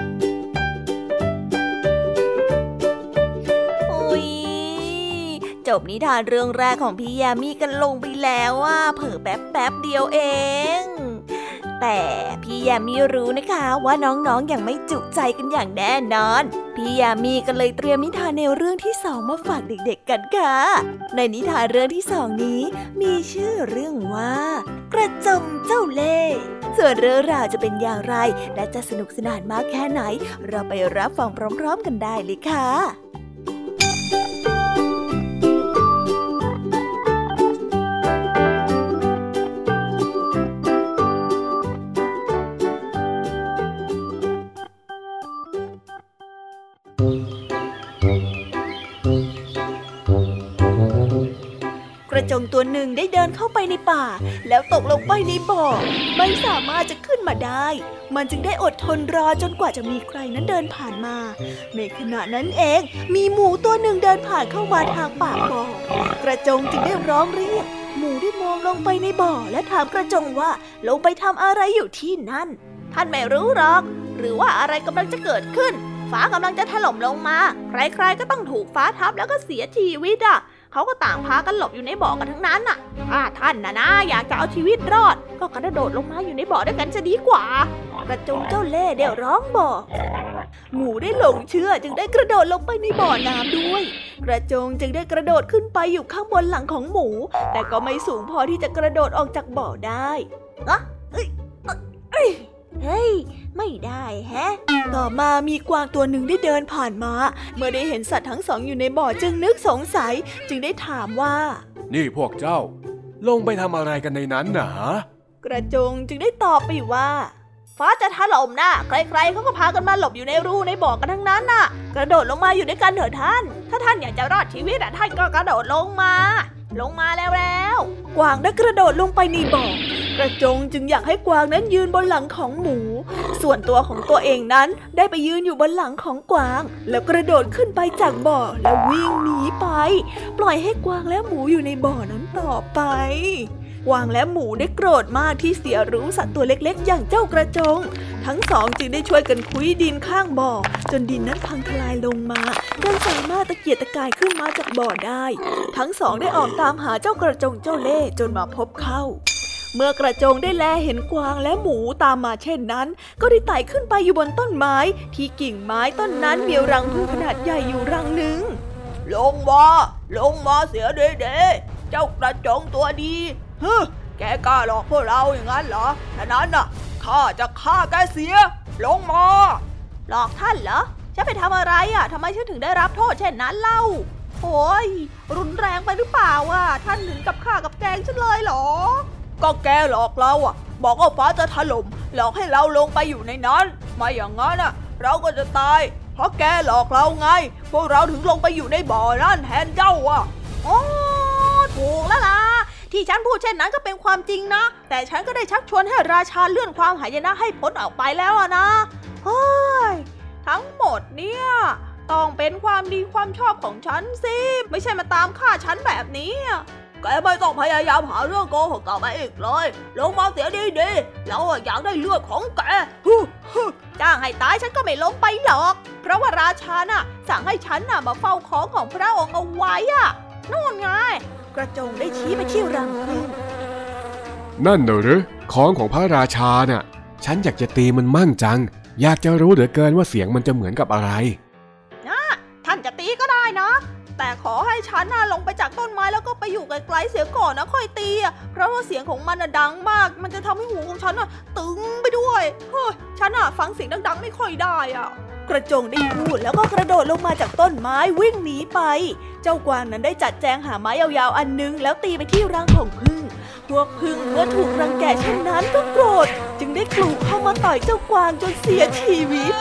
จบนิทานเรื่องแรกของพี่ยามีกันลงไปแล้วว่าเผลอแป๊บแป๊บเดียวเองแต่พี่ยามีรู้นะคะว่าน้องๆยังไม่จุใจกันอย่างแน่นอนพี่ยามีก็เลยเตรียมนิทานแนวเรื่องที่สองมาฝากเด็กๆกันค่ะในนิทานเรื่องที่สองนี้มีชื่อเรื่องว่ากระจงเจ้าเล่ห์ส่วนเรื่องราวจะเป็นอย่างไรและจะสนุกสนานมากแค่ไหนเราไปรับฟังพร้อมๆกันได้เลยค่ะกระจงตัวหนึ่งได้เดินเข้าไปในป่าแล้วตกลงไปในบ่อไม่สามารถจะขึ้นมาได้มันจึงได้อดทนรอจนกว่าจะมีใครนั้นเดินผ่านมาในขณะนั้นเองมีหมูตัวหนึ่งเดินผ่านเข้ามาทางปากบ่อกระจงจึงได้ร้องเรียกหมูได้มองลงไปในบ่อและถามกระจงว่าลงไปทำอะไรอยู่ที่นั่นท่านไม่รู้หรอกหรือว่าอะไรกำลังจะเกิดขึ้นฟ้ากำลังจะถล่มลงมาใครๆก็ต้องถูกฟ้าทับแล้วก็เสียชีวิตอ่ะเขาก็ต่างพากันหลบอยู่ในบ่อกันทั้งนั้นน่ะถ้าท่านนะนะอยากจะเอาชีวิตรอดก็กระโดดลงมาอยู่ในบ่อด้วยกันจะดีกว่ากระจงเจ้าเล่ห์ได้ร้องบอกหมูได้หลงเชื่อจึงได้กระโดดลงไปในบ่อน้ำด้วยกระจงจึงได้กระโดดขึ้นไปอยู่ข้างบนหลังของหมูแต่ก็ไม่สูงพอที่จะกระโดดออกจากบ่อได้อะเอ้ยเอ้ยเฮ้ยไม่ได้แฮะต่อมามีกวางตัวหนึ่งได้เดินผ่านมาเมื่อได้เห็นสัตว์ทั้งสองอยู่ในบ่อจึงนึกสงสัยจึงได้ถามว่านี่พวกเจ้าลงไปทำอะไรกันในนั้นน่ะกระจงจึงได้ตอบไปว่าฟ้าจะถล่มนะใครๆเขาก็พากันมาหลบอยู่ในรูในบ่อกันทั้งนั้นน่ะกระโดดลงมาอยู่ด้วยกันเถอะท่านถ้าท่านอยากจะรอดชีวิตอ่ะท่านก็กระโดดลงมาลงมาแล้วแล้วกวางได้กระโดดลงไปในบ่อกระจงจึงอยากให้กวางนั้นยืนบนหลังของหมูส่วนตัวของตัวเองนั้นได้ไปยืนอยู่บนหลังของกวางแล้วกระโดดขึ้นไปจากบ่อแล้ววิ่งหนีไปปล่อยให้กวางและหมูอยู่ในบ่อนั้นต่อไปกวางและหมูได้โกรธมากที่เสียรู้สัตว์ตัวเล็กๆอย่างเจ้ากระจงทั้งสองจึงได้ช่วยกันคุ้ยดินข้างบ่อจนดินนั้นพังทลายลงมาจนสามารถตะเกียกตะกายขึ้นมาจากบ่อได้ทั้งสองได้ออกตามหาเจ้ากระจงเจ้าเล่ห์จนมาพบเข้าเมื่อกระจงได้แลเห็นกวางและหมูตามมาเช่นนั้นก็ได้ไต่ขึ้นไปอยู่บนต้นไม้ที่กิ่งไม้ต้นนั้นมีรังผึ้งขนาดใหญ่อยู่รังหนึ่งลงมาลงมาเสียเด้ๆเจ้ากระจงตัวดีฮึแกกล้าหลอกพวกเราอย่างนั้นเหรอฉะนั้นน่ะข้าจะฆ่าแกเสียลงมาหลอกท่านเหรอฉันไปทำอะไรอ่ะทำไมฉันถึงได้รับโทษเช่นนั้นเล่าโอ้ยรุนแรงไปหรือเปล่าอ่ะท่านถึงกับฆ่ากับแกงฉันเลยเหรอก็แกหลอกเราอ่ะบอกว่าฟ้าจะถล่มหลอกให้เราลงไปอยู่ในนั้นไม่อย่างนั้นอ่ะเราก็จะตายเพราะแกหลอกเราไงพวกเราถึงลงไปอยู่ในบ่อนั่นแทนเจ้าอ่ะอ๋อถูกแล้วล่ะที่ฉันพูดเช่นนั้นก็เป็นความจริงนะแต่ฉันก็ได้ชักชวนให้ราชาเลื่อนความหายนะให้พ้นออกไปแล้วนะเฮ้ยทั้งหมดเนี่ยต้องเป็นความดีความชอบของฉันสิไม่ใช่มาตามฆ่าฉันแบบนี้แกไม่ต้องพยายามหาเรื่องโกหกต่อไปอีกเลยลงมาเสียดีๆเราอยากได้เลือดของแกจ้างให้ตายฉันก็ไม่ลงไปหรอกเพราะว่าราชาน่ะสั่งให้ฉันน่ะมาเฝ้าของของพระองค์เอาไว้อ่ะนู่นไงกระจงได้ชี้ไปที่รังผึ้งนั่นเหรอหรือของของพระราชาน่ะฉันอยากจะตีมันมั่งจังอยากจะรู้เหลือเกินว่าเสียงมันจะเหมือนกับอะไรนะท่านจะตีก็ได้นะแต่ขอให้ฉันน่ะลงไปจากต้นไม้แล้วก็ไปอยู่ไกลๆเสียก่อนนะค่อยตีอ่ะเพราะว่าเสียงของมันน่ะดังมากมันจะทำให้หูของฉันน่ะตึงไปด้วยเฮ้ยฉันน่ะฟังเสียงดังๆไม่ค่อยได้อ่ะกระจงได้พูดแล้วก็กระโดดลงมาจากต้นไม้วิ่งหนีไปเจ้ากวางนั้นได้จัดแจงหาไม้ยาวๆอันนึงแล้วตีไปที่รังของผึ้งพวกผึ้งเมื่อถูกรังแกเช่นนั้นก็โกรธจึงได้กลูเข้ามาต่อยเจ้ากวางจนเสียชีวิต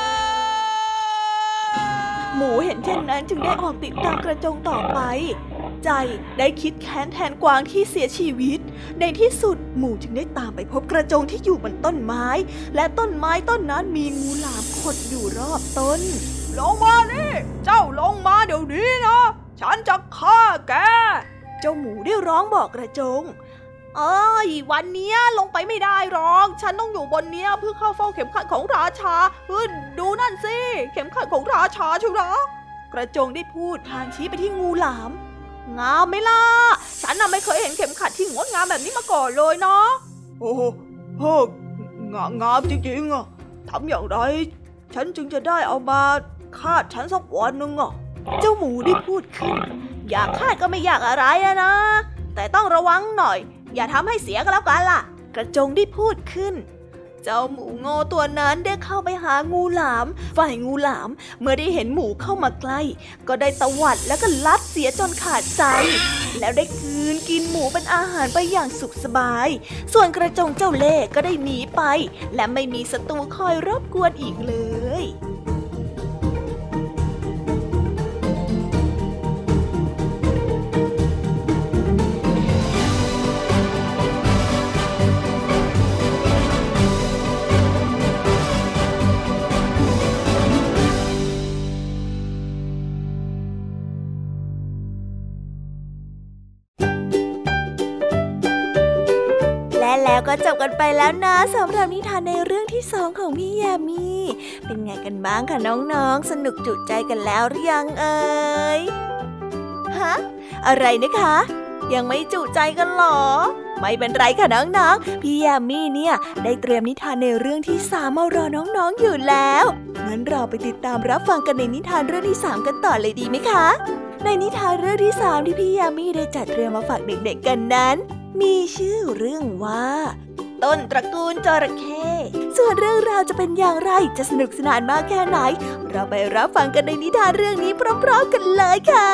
หมูเห็นเช่นนั้นจึงได้ออกติดตามกระจงต่อไปใจได้คิดแค้นแทนกวางที่เสียชีวิตในที่สุดหมูจึงได้ตามไปพบกระจงที่อยู่บนต้นไม้และต้นไม้ต้นนั้นมีงูหลามขดอยู่รอบต้นลงมานี่เจ้าลงมาเดี๋ยวนี้นะฉันจะฆ่าแกเจ้าหมูได้ร้องบอกกระจงเอ้ยวันนี้ลงไปไม่ได้หรอกฉันต้องอยู่บนนี้เพื่อเข้าเฝ้าเข็มขัดของราชาเฮ้ยดูนั่นสิเข็มขัดของราชาชัวร์กระจงได้พูดพลางชี้ไปที่งูหลามงามไหมล่ะฉันน่ะไม่เคยเห็นเข็มขัดที่งดงามแบบนี้มาก่อนเลยเนาะโอ้โหงามงามจริงๆอ่ะทำอย่างไรฉันจึงจะได้เอามาคาดฉันสักวันหนึ่งอ่ะเจ้าหมูได้พูดขึ้นอยากคาดก็ไม่ยากอะไรอะนะแต่ต้องระวังหน่อยอย่าทำให้เสียก็แล้วกันล่ะกระจงได้พูดขึ้นเจ้าหมูโง่ตัวนั้นได้เข้าไปหางูหลามฝ่ายงูหลามเมื่อได้เห็นหมูเข้ามาใกล้ก็ได้ตวัดแล้วก็ลัดเสียจนขาดใจแล้วได้คืนกินหมูเป็นอาหารไปอย่างสุขสบายส่วนกระจงเจ้าเล่ห์ก็ได้หนีไปและไม่มีศัตรูคอยรบกวนอีกเลยแล้วก็จบกันไปแล้วนะสำหรับนิทานในเรื่องที่สองของพี่ยามีเป็นไงกันบ้างคะน้องๆสนุกจุใจกันแล้วหรือยังเอ่ยฮะอะไรนะคะยังไม่จุใจกันหรอไม่เป็นไรค่ะน้องๆพี่ยามีเนี่ยได้เตรียมนิทานในเรื่องที่สามมารอน้องๆอยู่แล้วงั้นเราไปติดตามรับฟังกันในนิทานเรื่องที่สามกันต่อเลยดีไหมคะในนิทานเรื่องที่สามที่พี่ยามีได้จัดเตรียมมาฝากเด็กๆกันนั้นมีชื่อเรื่องว่าต้นตระกูลจระเข้ส่วนเรื่องราวจะเป็นอย่างไรจะสนุกสนานมากแค่ไหนเราไปรับฟังกันในนิทานเรื่องนี้พร้อมๆกันเลยค่ะ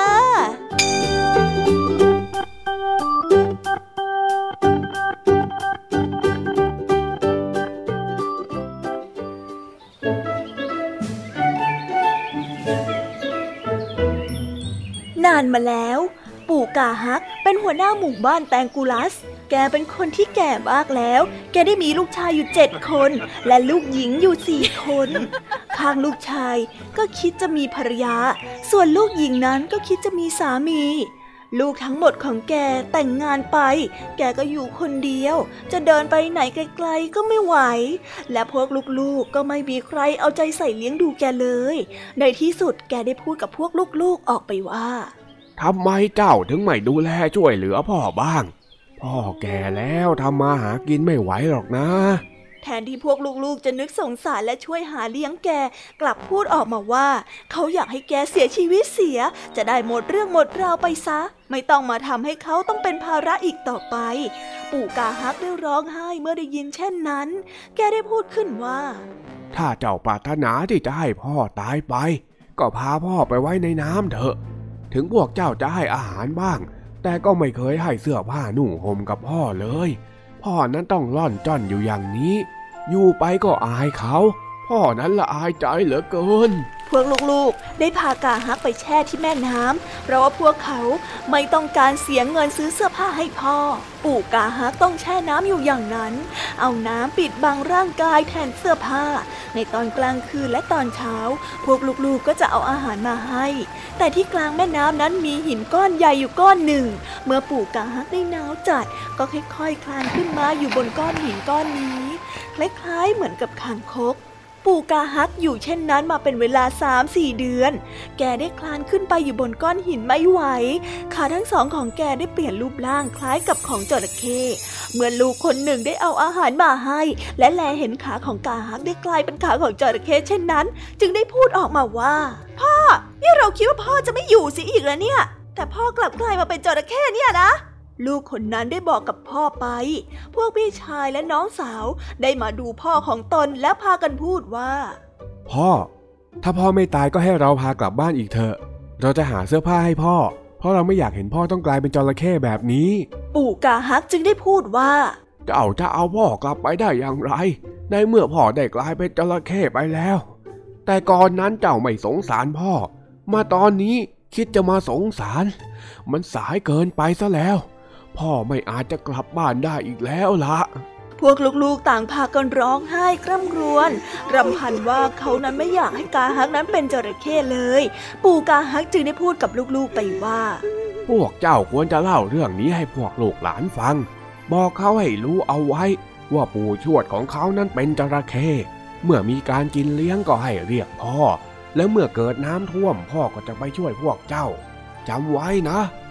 นานมาแล้วปู่กาฮักเป็นหัวหน้าหมู่บ้านแตงกูลัสแกเป็นคนที่แก่มากแล้วแกได้มีลูกชายอยู่เจ็ดคนและลูกหญิงอยู่สี่คนข้างลูกชายก็คิดจะมีภรรยาส่วนลูกหญิงนั้นก็คิดจะมีสามีลูกทั้งหมดของแกแต่งงานไปแกก็อยู่คนเดียวจะเดินไปไหนไกลๆก็ไม่ไหวและพวกลูกๆก็ไม่มีใครเอาใจใส่เลี้ยงดูแกเลยในที่สุดแกได้พูดกับพวกลูกๆออกไปว่าทำไมเจ้าถึงไม่ดูแลช่วยเหลือพ่อบ้างพ่อแก่แล้วทำมาหากินไม่ไหวหรอกนะแทนที่พวกลูกๆจะนึกสงสารและช่วยหาเลี้ยงแกกลับพูดออกมาว่าเขาอยากให้แกเสียชีวิตเสียจะได้หมดเรื่องหมดราวไปซะไม่ต้องมาทำให้เขาต้องเป็นภาระอีกต่อไปปู่กาฮักได้ร้องไห้เมื่อได้ยินเช่นนั้นแกได้พูดขึ้นว่าถ้าเจ้าปรารถนาที่จะให้พ่อตายไปก็พาพ่อไปไว้ในน้ำเถอะถึงพวกเจ้าจะให้อาหารบ้างแต่ก็ไม่เคยให้เสื้อผ้านุ่งห่มกับพ่อเลยพ่อนั้นต้องร่อนจ้อนอยู่อย่างนี้อยู่ไปก็อายเขาพ่อนั้นละอายใจเหลือเกินพวกลูกๆได้พากาฮักไปแช่ที่แม่น้ำเพราะว่าพวกเขาไม่ต้องการเสียเงินซื้อเสื้อผ้าให้พ่อปู่กาฮักต้องแช่น้ำอยู่อย่างนั้นเอาน้ำปิดบังร่างกายแทนเสื้อผ้าในตอนกลางคืนและตอนเช้าพวกลูกๆก็จะเอาอาหารมาให้แต่ที่กลางแม่น้ำนั้นมีหินก้อนใหญ่อยู่ก้อนหนึ่งเมื่อปู่กาฮักได้หนาวจัดก็ค่อยๆคลานขึ้นมาอยู่บนก้อนหินก้อนนี้คล้ายๆเหมือนกับคางคกปู่กาฮักอยู่เช่นนั้นมาเป็นเวลา สามสี่ เดือนแกได้คลานขึ้นไปอยู่บนก้อนหินไม่ไหวขาทั้งสองของแกได้เปลี่ยนรูปร่างคล้ายกับของจระเข้เมื่อลูกคนหนึ่งได้เอาอาหารมาให้และแลเห็นขาของกาฮักได้กลายเป็นขาของจระเข้เช่นนั้นจึงได้พูดออกมาว่าพ่อนี่เราคิดว่าพ่อจะไม่อยู่สิอีกแล้วเนี่ยแต่พ่อกลับกลายมาเป็นจระเข้เนี่ยนะลูกคนนั้นได้บอกกับพ่อไปพวกพี่ชายและน้องสาวได้มาดูพ่อของตนและพากันพูดว่าพ่อถ้าพ่อไม่ตายก็ให้เราพากลับบ้านอีกเถอะเราจะหาเสื้อผ้าให้พ่อเพราะเราไม่อยากเห็นพ่อต้องกลายเป็นจระเข้แบบนี้ปู่กาฮักจึงได้พูดว่าเจ้าจะเอาพ่อกลับไปได้อย่างไรในเมื่อพ่อได้กลายเป็นจระเข้ไปแล้วแต่ก่อนนั้นเจ้าไม่สงสารพ่อมาตอนนี้คิดจะมาสงสารมันสายเกินไปซะแล้วพ่อไม่อาจจะกลับบ้านได้อีกแล้วล่ะพวกลูกๆต่างพากันร้องไห้คร่ำครวญรำพันว่าเขานั้นไม่อยากให้กาฮักนั้นเป็นจระเข้เลยปู่กาฮักจึงได้พูดกับลูกๆไปว่าพวกเจ้าควรจะเล่าเรื่องนี้ให้พวกลูกหลานฟังบอกเขาให้รู้เอาไว้ว่าปู่ชวดของเขานั้นเป็นจระเข้เมื่อมีการกินเลี้ยงก็ให้เรียกพ่อและเมื่อเกิดน้ำท่วมพ่อก็จะไปช่วยพวกเจ้าจำไว้นะ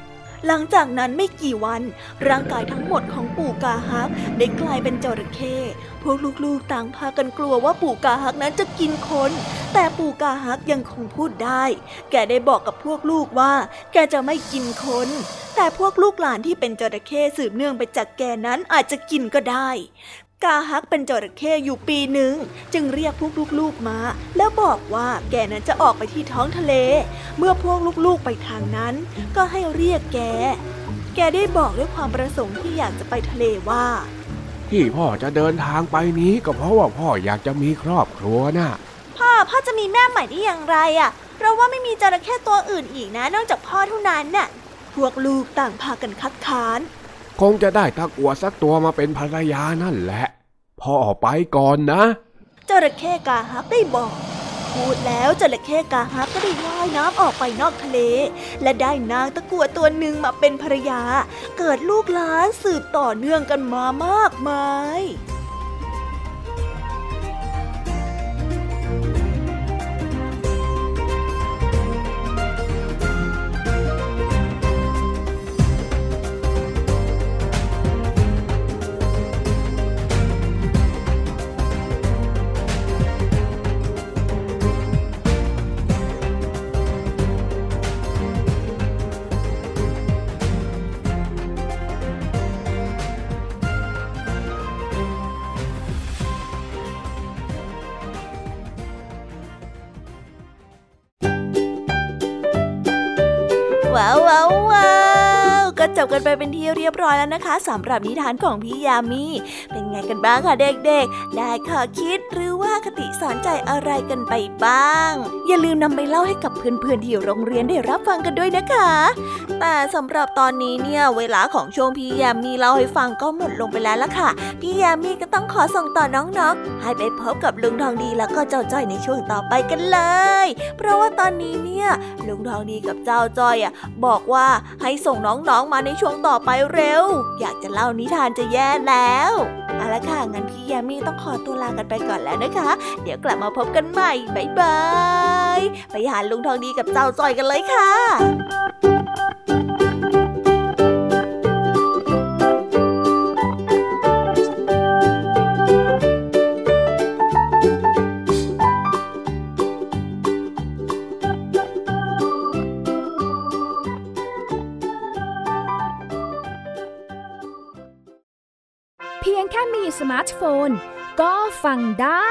หลังจากนั้นไม่กี่วันร่างกายทั้งหมดของปู่กาฮักได้กลายเป็นจระเข้พวกลูกๆต่างพากันกลัวว่าปู่กาฮักนั้นจะกินคนแต่ปู่กาฮักยังคงพูดได้แกได้บอกกับพวกลูกว่าแกจะไม่กินคนแต่พวกลูกหลานที่เป็นจระเข้สืบเนื่องไปจากแกนั้นอาจจะกินก็ได้กาฮักเป็นจระเข้อยู่ปีหนึ่งจึงเรียกพวกลูกๆมาแล้วบอกว่าแกนั้นจะออกไปที่ท้องทะเลเมื่อพวกลูกๆไปทางนั้นก็ให้เรียกแกแกได้บอกด้วยความประสงค์ที่อยากจะไปทะเลว่าที่พ่อจะเดินทางไปนี้ก็เพราะว่าพ่ออยากจะมีครอบครัวน่ะพ่อพ่อจะมีแม่ใหม่ได้อย่างไรอ่ะเพราะว่าไม่มีจระเข้ตัวอื่นอีกนะนอกจากพ่อเท่านั้นน่ะพวกลูกต่างพากันคัดค้านคงจะได้ตะกั่วสักตัวมาเป็นภรรยานั่นแหละพ่อไปก่อนนะจระเข้กาฮักได้บอกพูดแล้วจระเข้กาฮักก็ได้ว่ายน้ำออกไปนอกทะเลและได้นางตะกั่วตัวหนึ่งมาเป็นภรรยาเกิดลูกหลานสืบต่อเนื่องกันมามากมายว้าวว้าวว้าวก็จบกันไปเป็นที่เรียบร้อยแล้วนะคะสำหรับนิทานของพี่ยามีเป็นไงกันบ้างคะเด็กๆได้ข้อคิดหรือว่าคติสอนใจอะไรกันไปบ้างอย่าลืมนำไปเล่าให้กับเพื่อนๆที่โรงเรียนได้รับฟังกันด้วยนะคะแต่สำหรับตอนนี้เนี่ยเวลาของช่วงพี่ยามีเล่าให้ฟังก็หมดลงไปแล้วล่ะค่ะพี่ยามีก็ต้องขอส่งต่อน้องๆให้ไปพบกับลุงทองดีแล้วก็เจ้าจ้อยในช่วงต่อไปกันเลยเพราะว่าตอนนี้เนี่ยลุงทองดีกับเจ้าจ้อยอ่ะบอกว่าให้ส่งน้องๆมาในช่วงต่อไปเร็วอยากจะเล่านิทานจะแย่แล้วเอาละค่ะงั้นพี่ยามีต้องขอตัวลากันไปก่อนแล้วนะคะเดี๋ยวกลับมาพบกันใหม่บ๊ายบายไปหาลุงทองดีกับเจ้าจ้อยกันเลยค่ะเพียงแค่มีสมาร์ทโฟนก็ฟังได้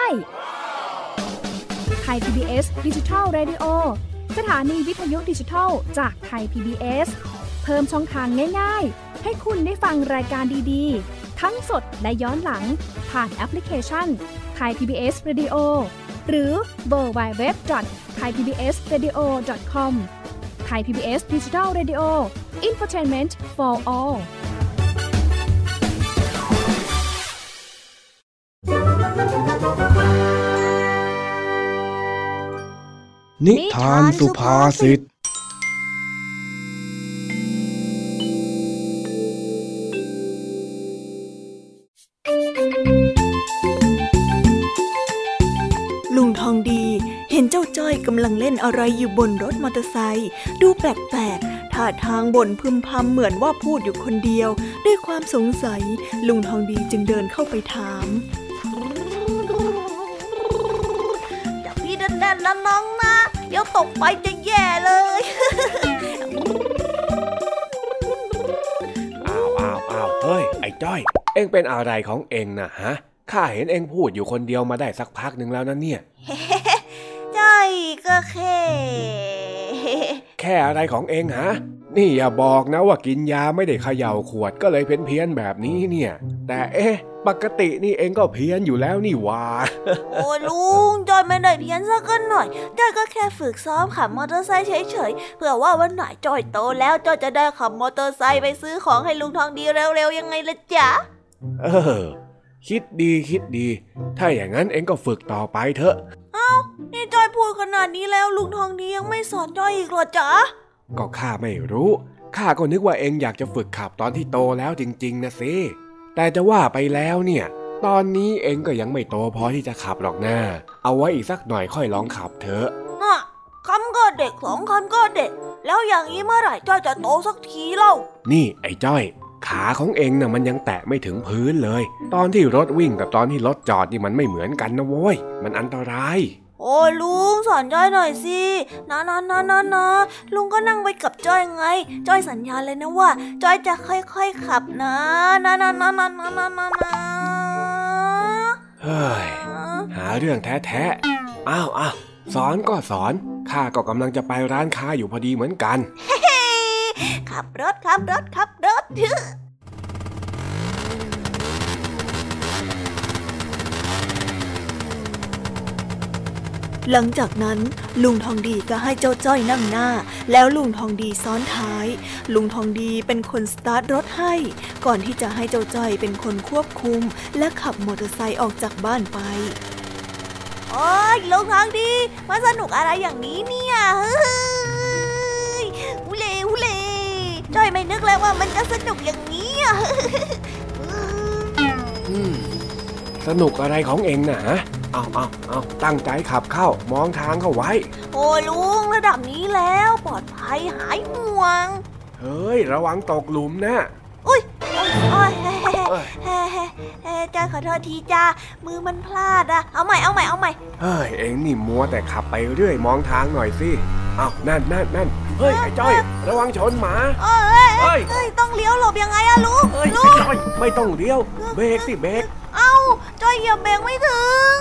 ไทย พี บี เอส Digital Radio สถานีวิทยุดิจิทัลจากไทย พี บี เอส เพิ่มช่องทางง่ายๆให้คุณได้ฟังรายการดีๆทั้งสดและย้อนหลังผ่านแอปพลิเคชัน Thai พี บี เอส Radio หรือ ดับเบิลยู ดับเบิลยู ดับเบิลยู ดอท ไทย พี บี เอส เรดิโอ ดอท คอม Thai พี บี เอส Digital Radio Infotainment for all นิทานสุภาษิตลุงทองดีเห็นเจ้าจ้อยกำลังเล่นอะไรอยู่บนรถมอเตอร์ไซค์ดูแปลกๆท่าทางบ่นพึมพำเหมือนว่าพูดอยู่คนเดียวด้วยความสงสัยลุงทองดีจึงเดินเข้าไปถามจับพี่แน่นๆนะน้องนะเดี๋ยวตกไปจะแย่เลยอ้าวอ้าวอ้าวเฮ้ยไอ้จ้อยเอ็งเป็นอะไรของเอ็งนะฮะข้าเห็นเอ็งพูดอยู่คนเดียวมาได้สักพักหนึ่งแล้วนะเนี่ยจ้อยก็แค่แค่อะไรของเอ็งฮะนี่อย่าบอกนะว่ากินยาไม่ได้เขย่าขวดก็เลยเพี้ยนเพี้ยนแบบนี้เนี่ยแต่เอ๊ะปกตินี่เอ็งก็เพี้ยนอยู่แล้วนี่วะโอ้ลุงจอยไม่ได้เพี้ยนสักหน่อยจอยก็แค่ฝึกซ้อมขับมอเตอร์ไซค์เฉยๆเพื่อว่าวันไหนจอยโตแล้วจอยจะได้ขับมอเตอร์ไซค์ไปซื้อของให้ลุงทองดีเร็วๆยังไงล่ะจ๊ะเออคิดดีคิดดีถ้าอย่างนั้นเอ็งก็ฝึกต่อไปเถอะเอ้านี่จอยพูดขนาดนี้แล้วลุงทองดียังไม่สอนจอยอีกเหรอจ๊ะก็ข้าไม่รู้ข้าก็นึกว่าเอ็งอยากจะฝึกขับตอนที่โตแล้วจริงๆนะสิแต่จะว่าไปแล้วเนี่ยตอนนี้เอ็งก็ยังไม่โตพอที่จะขับหรอกนะเอาไว้อีกสักหน่อยค่อยลองขับเถอะน่ะคำก็เด็กสองคันก็เด็กแล้วอย่างนี้เมื่อไหร่จ้อยจะโตสักทีเล่านี่ไอ้จ้อยขาของเองน่ะมันยังแตะไม่ถึงพื้นเลยตอนที่รถวิ่งกับตอนที่รถจอดนี่มันไม่เหมือนกันนะโว้ยมันอันตรายโอ้ลุงสอนจ้อยหน่อยสินะนะนะนะนะลุงก็นั่งไปกับจ้อยไงจ้อยสัญญาเลยนะว่าจ้อยจะค่อยๆขับนะนะนะนะนะนะนะนะนะเฮ้ยหาเรื่องแท้ๆอ้าวอ้าวสอนก็สอนข้าก็กำลังจะไปร้านค้าอยู่พอดีเหมือนกันขับรถขับรถขับรถหลังจากนั้นลุงทองดีก็ให้เจ้าจ้อยนั่งหน้าแล้วลุงทองดีซ้อนท้ายลุงทองดีเป็นคนสตาร์ทรถให้ก่อนที่จะให้เจ้าจ้อยเป็นคนควบคุมและขับมอเตอร์ไซค์ออกจากบ้านไปโอ๊ยลุงทองดีมันสนุกอะไรอย่างนี้เนี่ยเฮ้ยฮูเล่ฮูเล่จ้อยไม่นึกเลยว่ามันจะสนุกอย่างนี้สนุกอะไรของเองนะเอาเอาเอาตั้งใจขับเข้ามองทางเข้าไว้โอ้ลุงระดับนี้แล้วปลอดภัยหายห่วงเฮ้ยระวังตกหลุมนะอุ้ยโอ้ยโอ้ยเฮ้เฮ้เฮ้จ้าขอโทษทีจ้ามือมันพลาดอะเอาใหม่เอาใหม่เอาใหม่เฮ้ยเอ็งนี่มัวแต่ขับไปเรื่อยมองทางหน่อยสิเอานั่นนั่นนั่นเฮ้ยไอ้จ้อยระวังชนหมาเฮ้ยเฮ้ยต้องเลี้ยวหลบยังไงอะลุงลุงจ้อยไม่ต้องเลี้ยวเบรกสิเบรกเอ้าจ้อยเหยียบเบรกไม่ถึง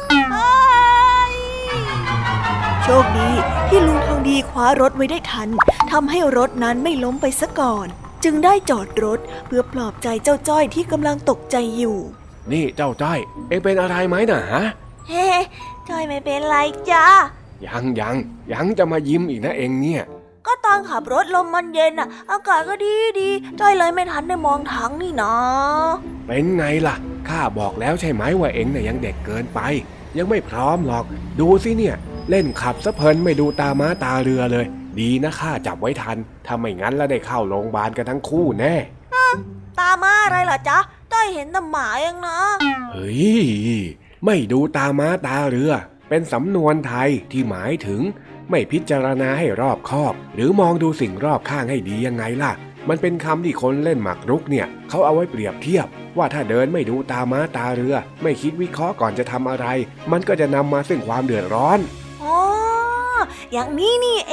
โชคดีที่ลุงทองดีคว้ารถไว้ได้ทันทำให้รถนั้นไม่ล้มไปซะก่อนจึงได้จอดรถเพื่อปลอบใจเจ้าจ้อยที่กำลังตกใจอยู่นี่เจ้าจ้อยเอ็งเป็นอะไรไหมน่ะฮะเฮ้จ้อยไม่เป็นไรจ้ายังยังยังจะมายิ้มอีกนะเอ็งเนี่ยก็ตอนขับรถลมมันเย็นอ่ะอากาศก็ดีดีจ้อยเลยไม่ทันได้มองทางนี่นะเป็นไงล่ะข้าบอกแล้วใช่ไหมว่าเอ็งเนี่ยยังเด็กเกินไปยังไม่พร้อมหรอกดูสิเนี่ยเล่นขับซะเพลินไม่ดูตาม้าตาเรือเลยดีนะข้าจับไว้ทันถ้าไม่งั้นแล้วได้เข้าโรงพยาบาลกันทั้งคู่แน่ตาม้าอะไรล่ะจ๊ะจ้อยเห็นแต่หมาเองนะเฮ้ยไม่ดูตาม้าตาเรือเป็นสำนวนไทยที่หมายถึงไม่พิจารณาให้รอบคอบหรือมองดูสิ่งรอบข้างให้ดียังไงล่ะมันเป็นคำที่คนเล่นหมากรุกเนี่ยเขาเอาไว้เปรียบเทียบว่าถ้าเดินไม่ดูตาม้าตาเรือไม่คิดวิเคราะห์ก่อนจะทำอะไรมันก็จะนำมาซึ่งความเดือดร้อนอ๋ออย่างนี้นี่เอง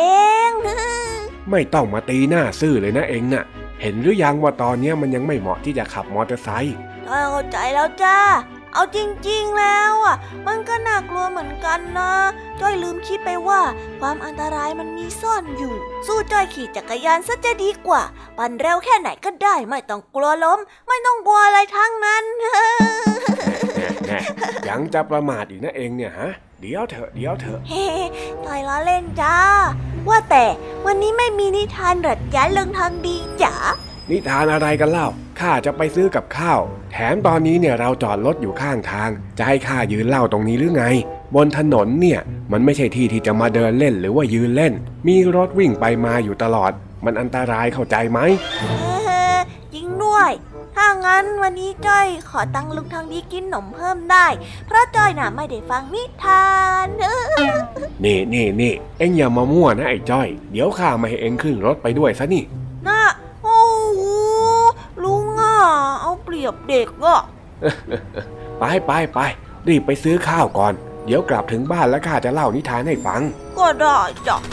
ไม่ต้องมาตีหน้าซื่อเลยนะเองน่ะเห็นหรือยังว่าตอนนี้มันยังไม่เหมาะที่จะขับมอเตอร์ไซค์เข้าใจแล้วจ้าเอาจริงๆแล้วอ่ะมันก็น่ากลัวเหมือนกันนะจ้อยลืมคิดไปว่าความอันตรายมันมีซ่อนอยู่สู้จ้อยขี่จักรยานซะจะดีกว่าปั่นเร็วแค่ไหนก็ได้ไม่ต้องกลัวล้มไม่ต้องกลัวอะไรทั้งนั้นแน่ๆยังจะประมาทอีกนะเองเนี่ยฮะเดี๋ยวเถอะเดี๋ยวเถอะเฮ้จ้อยล้อเล่นจ้าว่าแต่วันนี้ไม่มีนิทานหรอจ๊ะลุงทองดีจ๋านิทานอะไรกันเล่าข้าจะไปซื้อกับข้าวแถมตอนนี้เนี่ยเราจอดรถอยู่ข้างทางจะให้ข้ายืนเล่าตรงนี้หรือไงบนถนนเนี่ยมันไม่ใช่ที่ที่จะมาเดินเล่นหรือว่ายืนเล่นมีรถวิ่งไปมาอยู่ตลอดมันอันตรายเข้าใจไหมจริงด้วยถ้างั้นวันนี้จ้อยขอตังลุงทองดีกินขนมเพิ่มได้เพราะจ้อยน่ะไม่ได้ฟังนิทานนี่นี่นี่เอ็งอย่ามามั่วนะไอ้จ้อยเดี๋ยวข้าไม่ให้เอ็งขึ้นรถไปด้วยซะนี่น่ะโอ้โหลุงอ่ะเอาเปรียบเด็กอ่ะไปไปไปรีบไปซื้อข้าวก่อนเดี๋ยวกลับถึงบ้านแล้วข้าจะเล่านิทานให้ฟังก็ได้จ้ะ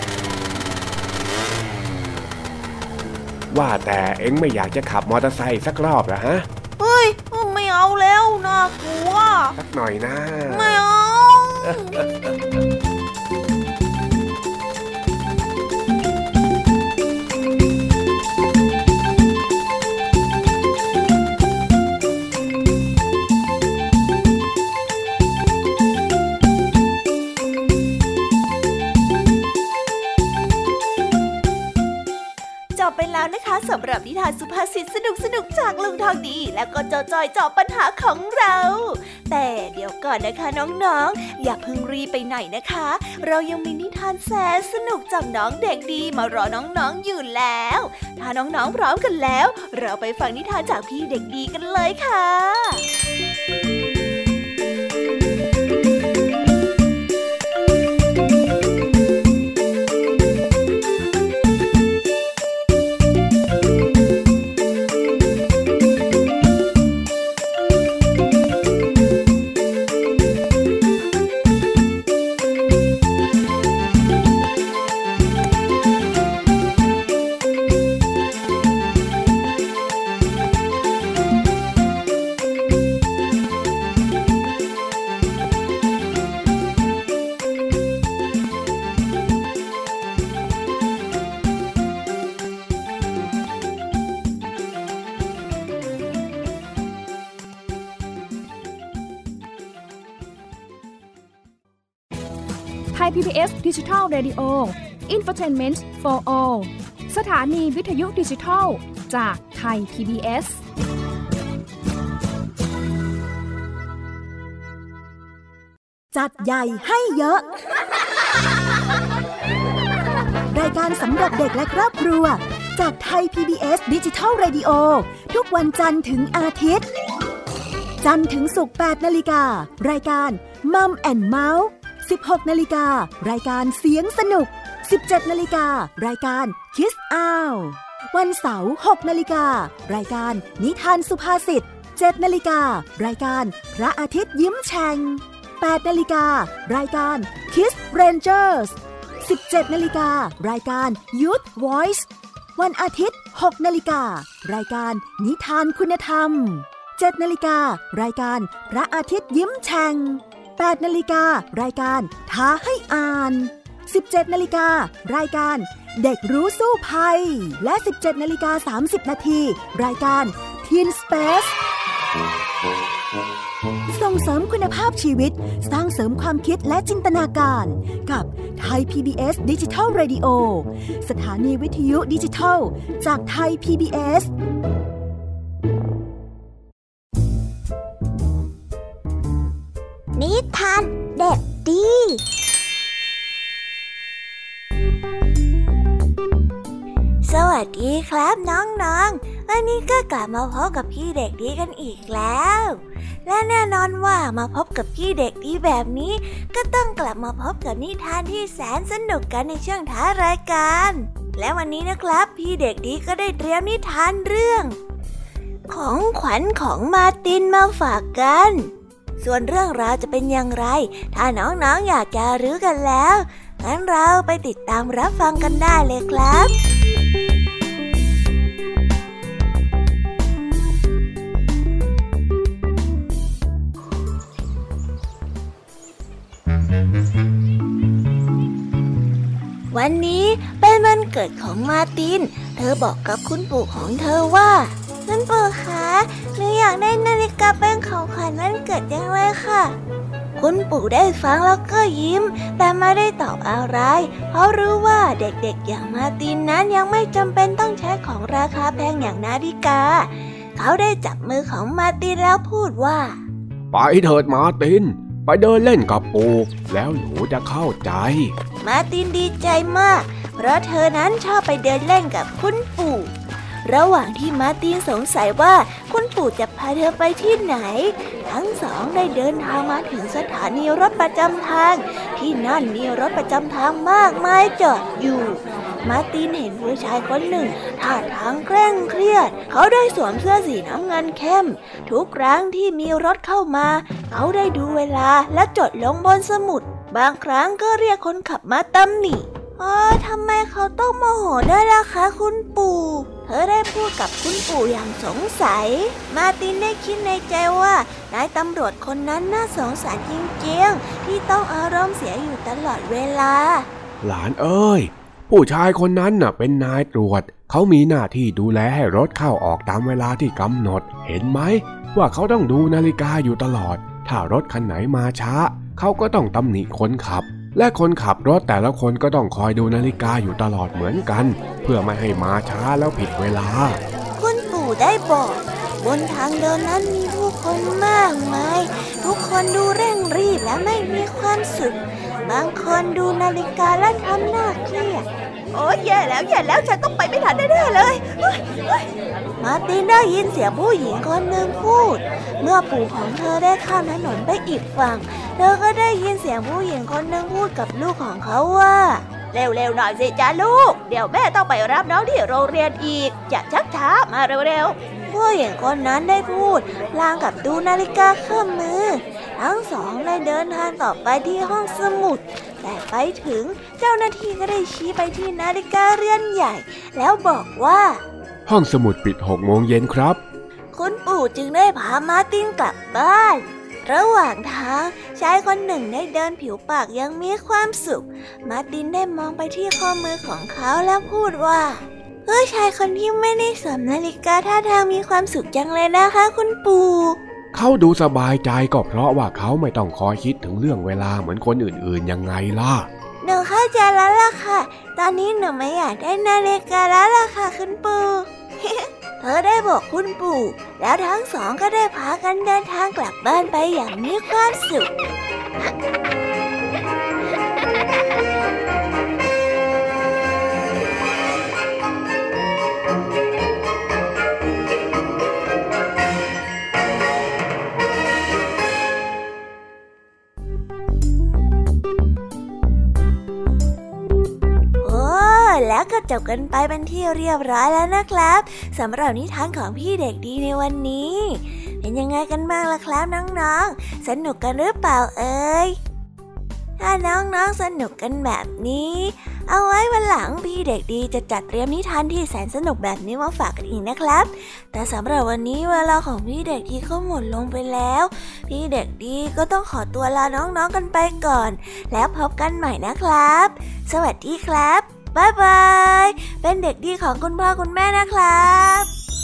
ว่าแต่เอ็งไม่อยากจะขับมอเตอร์ไซค์สักรอบเหรอฮะเฮ้ยไม่เอาแล้วน่ากลัวสักหน่อยนะไม่เอา แล้วนะคะสำหรับนิทานสุภาษิตสนุกๆจากลุงทองดีแล้วก็เจ้าจ้อยเจาะปัญหาของเราแต่เดี๋ยวก่อนนะคะน้องๆอย่าเพิ่งรีบไปไหนนะคะเรายังมีนิทานแสนสนุกจากน้องเด็กดีมารอน้องๆอยู่แล้วถ้าน้องๆพร้อมกันแล้วเราไปฟังนิทานจากพี่เด็กดีกันเลยค่ะ Thai พี บี เอส Digital Radio Infotainment for All สถานีวิทยุดิจิทัลจากไทย พี บี เอสจัดใหญ่ให้เยอะ รายการสำหรับเด็กและครอบครัวจากไทย พี บี เอส Digital Radio ทุกวันจันทร์ถึงอาทิตย์จันทร์ถึงศุกร์ แปดนาฬิกา รายการ Mum and Mouse สิบหกนาฬิกา รายการเสียงสนุก สิบเจ็ดนาฬิกา รายการ Kiss Out วันเสาร์ หกนาฬิกา รายการนิทานสุภาษิต เจ็ดนาฬิกา รายการพระอาทิตย์ยิ้มแฉ่ง แปดนาฬิกา รายการ Kiss Rangers สิบเจ็ดนาฬิกา รายการ Youth Voice วันอาทิตย์ หกนาฬิกา รายการนิทานคุณธรรม เจ็ดนาฬิกา รายการพระอาทิตย์ยิ้มแฉ่ง แปดนาฬิกา รายการท้าให้อ่าน สิบเจ็ดนาฬิกา รายการเด็กรู้สู้ภัย และ สิบเจ็ดนาฬิกาสามสิบนาที รายการ Teen Space ส่งเสริมคุณภาพชีวิตสร้างเสริมความคิดและจินตนาการกับไทย พี บี เอส Digital Radio สถานีวิทยุดิจิทัลจากไทย พี บี เอสนิทานเด็กดีสวัสดีครับน้องๆวันนี้ก็กลับมาพบกับพี่เด็กดีกันอีกแล้วและแน่นอนว่ามาพบกับพี่เด็กดีแบบนี้ก็ต้องกลับมาพบกับนิทานที่แสนสนุกกันในช่วงท้ายรายการและวันนี้นะครับพี่เด็กดีก็ได้เตรียมนิทานเรื่องของขวัญของมาร์ตินมาฝากกันส่วนเรื่องราวจะเป็นอย่างไรถ้าน้องๆ อ, อยากจะรู้กันแล้วงั้นเราไปติดตามรับฟังกันได้เลยครับวันนี้เป็นวันเกิดของมาร์ตินเธอบอกกับคุณปู่ของเธอว่าคุณปู่คะหนูอยากได้นาฬิกาเป็นของขวัญวันเกิดจังเลยค่ะคุณปู่ได้ฟังแล้วก็ยิ้มแต่ไม่ได้ตอบอะไรเพราะรู้ว่าเด็กๆอย่างมาร์ตินนั้นยังไม่จำเป็นต้องใช้ของราคาแพงอย่างนาฬิกาเขาได้จับมือของมาร์ตินแล้วพูดว่าไปเถิดมาร์ตินไปเดินเล่นกับปู่แล้วหนูจะเข้าใจมาร์ตินดีใจมากเพราะเธอนั้นชอบไปเดินเล่นกับคุณปู่ระหว่างที่มาร์ตินสงสัยว่าคุณปู่จะพาเธอไปที่ไหนทั้งสองได้เดินทางมาถึงสถานีรถประจำทางที่นั่นมีรถประจำทางมากมายจอดอยู่มาร์ตินเห็นผู้ชายคนหนึ่งท่าทางเคร่งเครียดเขาได้สวมเสื้อสีน้ำเงินเข้มทุกครั้งที่มีรถเข้ามาเขาได้ดูเวลาและจดลงบนสมุดบางครั้งก็เรียกคนขับมาตำหนิเออทำไมเขาต้องโมโหด้วยล่ะคะคุณปู่เธอได้พูดกับคุณปู่อย่างสงสัยมาร์ตินได้คิดในใจว่านายตำรวจคนนั้นน่าสงสารจริงๆที่ต้องอารมณ์เสียอยู่ตลอดเวลาหลานเอ้ยผู้ชายคนนั้นน่ะเป็นนายตรวจเขามีหน้าที่ดูแลให้รถเข้าออกตามเวลาที่กำหนดเห็นไหมว่าเขาต้องดูนาฬิกาอยู่ตลอดถ้ารถคันไหนมาช้าเขาก็ต้องตำหนิคนขับและคนขับรถแต่ละคนก็ต้องคอยดูนาฬิกาอยู่ตลอดเหมือนกันเพื่อไม่ให้มาช้าแล้วผิดเวลาคุณปู่ได้บอกบนทางเดินนั้นมีผู้คนมากมายทุกคนดูเร่งรีบและไม่มีความสุขบางคนดูนาฬิกาและทำหน้าเครียดโอ้ยแย่แล้วแย่แล้วฉันต้องไปไม่ทันแน่ๆเลยมาร์ตินได้ยินเสียงผู้หญิงคนหนึ่งพูดเมื่อปู่ของเธอได้ข้ามถนนไปอีกฝั่งเธอก็ได้ยินเสียงผู้หญิงคนหนึ่งพูดกับลูกของเขาว่าเร็วๆหน่อยสิจ้าลูกเดี๋ยวแม่ต้องไปรับน้องที่โรงเรียนอีกอย่าชักช้ามาเร็วๆผู้หญิงคนนั้นได้พูดพลางกับดูนาฬิกาข้อมือทั้งสองได้เดินทางต่อไปที่ห้องสมุดแต่ไปถึงเจ้าหน้าที่ก็ได้ชี้ไปที่นาฬิกาเรือนใหญ่แล้วบอกว่าห้องสมุดปิดหกโมงเย็นครับคุณปู่จึงได้พามาร์ตินกลับบ้านระหว่างทางชายคนหนึ่งได้เดินผิวปากยังมีความสุขมาร์ตินได้มองไปที่ข้อมือของเขาแล้วพูดว่าผู้ชายคนที่ไม่ได้สวมนาฬิกาท่าทางมีความสุขจังเลยนะคะคุณปู่เขาดูสบายใจก็เพราะว่าเขาไม่ต้องคอยคิดถึงเรื่องเวลาเหมือนคนอื่นๆยังไงล่ะหนูเข้าใจแล้วล่ะค่ะตอนนี้หนูไม่อยากได้นาฬิกาแล้วล่ะค่ะคุณปู่ เธอได้บอกคุณปู่แล้วทั้งสองก็ได้พากันเดินทางกลับบ้านไปอย่างมีความสุขแล้วก็จบกันไปเป็นที่เรียบร้อยแล้วนะครับสำหรับนิทานของพี่เด็กดีในวันนี้เป็นยังไงกันบ้างล่ะครับน้องๆสนุกกันหรือเปล่าเอ่ยถ้าน้องๆสนุกกันแบบนี้เอาไว้วันหลังพี่เด็กดีจะจัดเตรียมนิทานที่แสนสนุกแบบนี้มาฝากกันอีกนะครับแต่สำหรับวันนี้เวลาของพี่เด็กดีก็หมดลงไปแล้วพี่เด็กดีก็ต้องขอตัวลาน้องๆกันไปก่อนแล้วพบกันใหม่นะครับสวัสดีครับบ๊ายบายเป็นเด็กดีของคุณพ่อคุณแม่นะครับ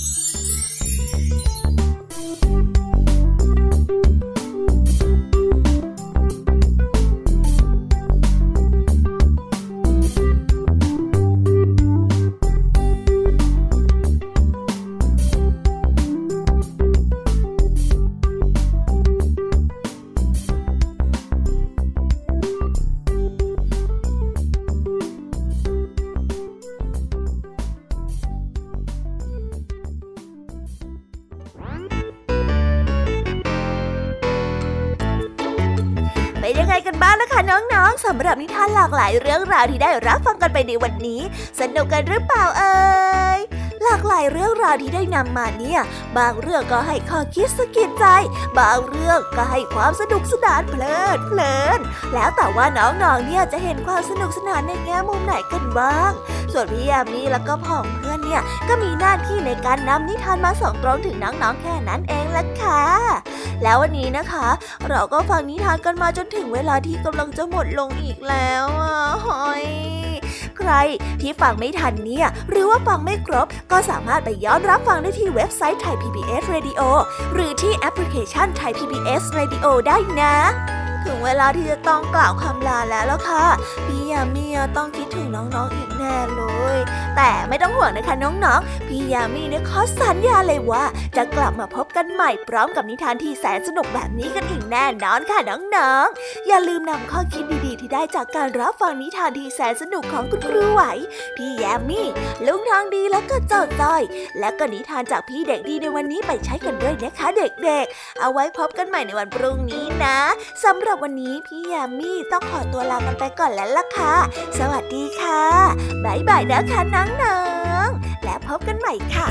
น้องๆสำหรับนิทานหลากหลายเรื่องราวที่ได้รับฟังกันไปในวันนี้สนุกกันหรือเปล่าเอ่ยหลากหลายเรื่องราวที่ได้นำมาเนี่ยบางเรื่องก็ให้ข้อคิดสะกิดใจบางเรื่องก็ให้ความสนุกสนานเพลิดเพลินแล้วแต่ว่าน้องๆเนี่ยจะเห็นความสนุกสนานในแง่มุมไหนกันบ้างส่วนพี่ยามีแล้วก็พ่องเพื่อนเนี่ยก็มีหน้าที่ในการนำนิทานมาส่งตรงถึงน้องๆแค่นั้นเองล่ะค่ะแล้ววันนี้นะคะเราก็ฟังนิทานกันมาจนถึงเวลาที่กำลังจะหมดลงอีกแล้วอ่ะหอยใครที่ฟังไม่ทันเนี่ยหรือว่าฟังไม่ครบก็สามารถไปย้อนรับฟังได้ที่เว็บไซต์ Thai พี บี เอส Radio หรือที่แอปพลิเคชัน Thai พี บี เอส Radio ได้นะถึงเวลาที่จะต้องกล่าวคำลาแล้วล่ะค่ะพี่ยามีต้องคิดถึงน้องๆอีกแน่เลยแต่ไม่ต้องห่วงนะคะน้องๆพี่ยามีเนี่ยขอสัญญาเลยว่าจะกลับมาพบกันใหม่พร้อมกับนิทานที่แสนสนุกแบบนี้กันอีกแน่นอนค่ะน้องๆอย่าลืมนำข้อคิดดีๆที่ได้จากการรับฟังนิทานที่แสนสนุกของคุณครูไหวพี่ยามีลุงทองดีแล้วก็เจ้าจ้อยและก็นิทานจากพี่เด็กดีในวันนี้ไปใช้กันด้วยนะคะเด็กๆเอาไว้พบกันใหม่ในวันพรุ่งนี้นะสำหรับวันนี้พี่ยามีต้องขอตัวลากันไปก่อนแล้วล่ะค่ะสวัสดีค่ะบ๊ายบายนะคะน้องๆและพบกันใหม่ค่ะ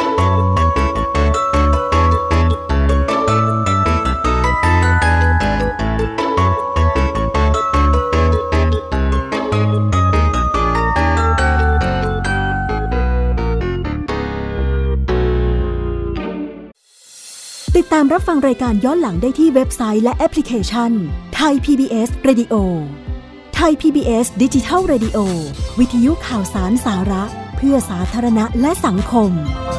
ติดตามรับฟังรายการย้อนหลังได้ที่เว็บไซต์และแอปพลิเคชัน Thai พี บี เอส Radio Thai พี บี เอส Digital Radio วิทยุข่าวสารสาระเพื่อสาธารณะและสังคม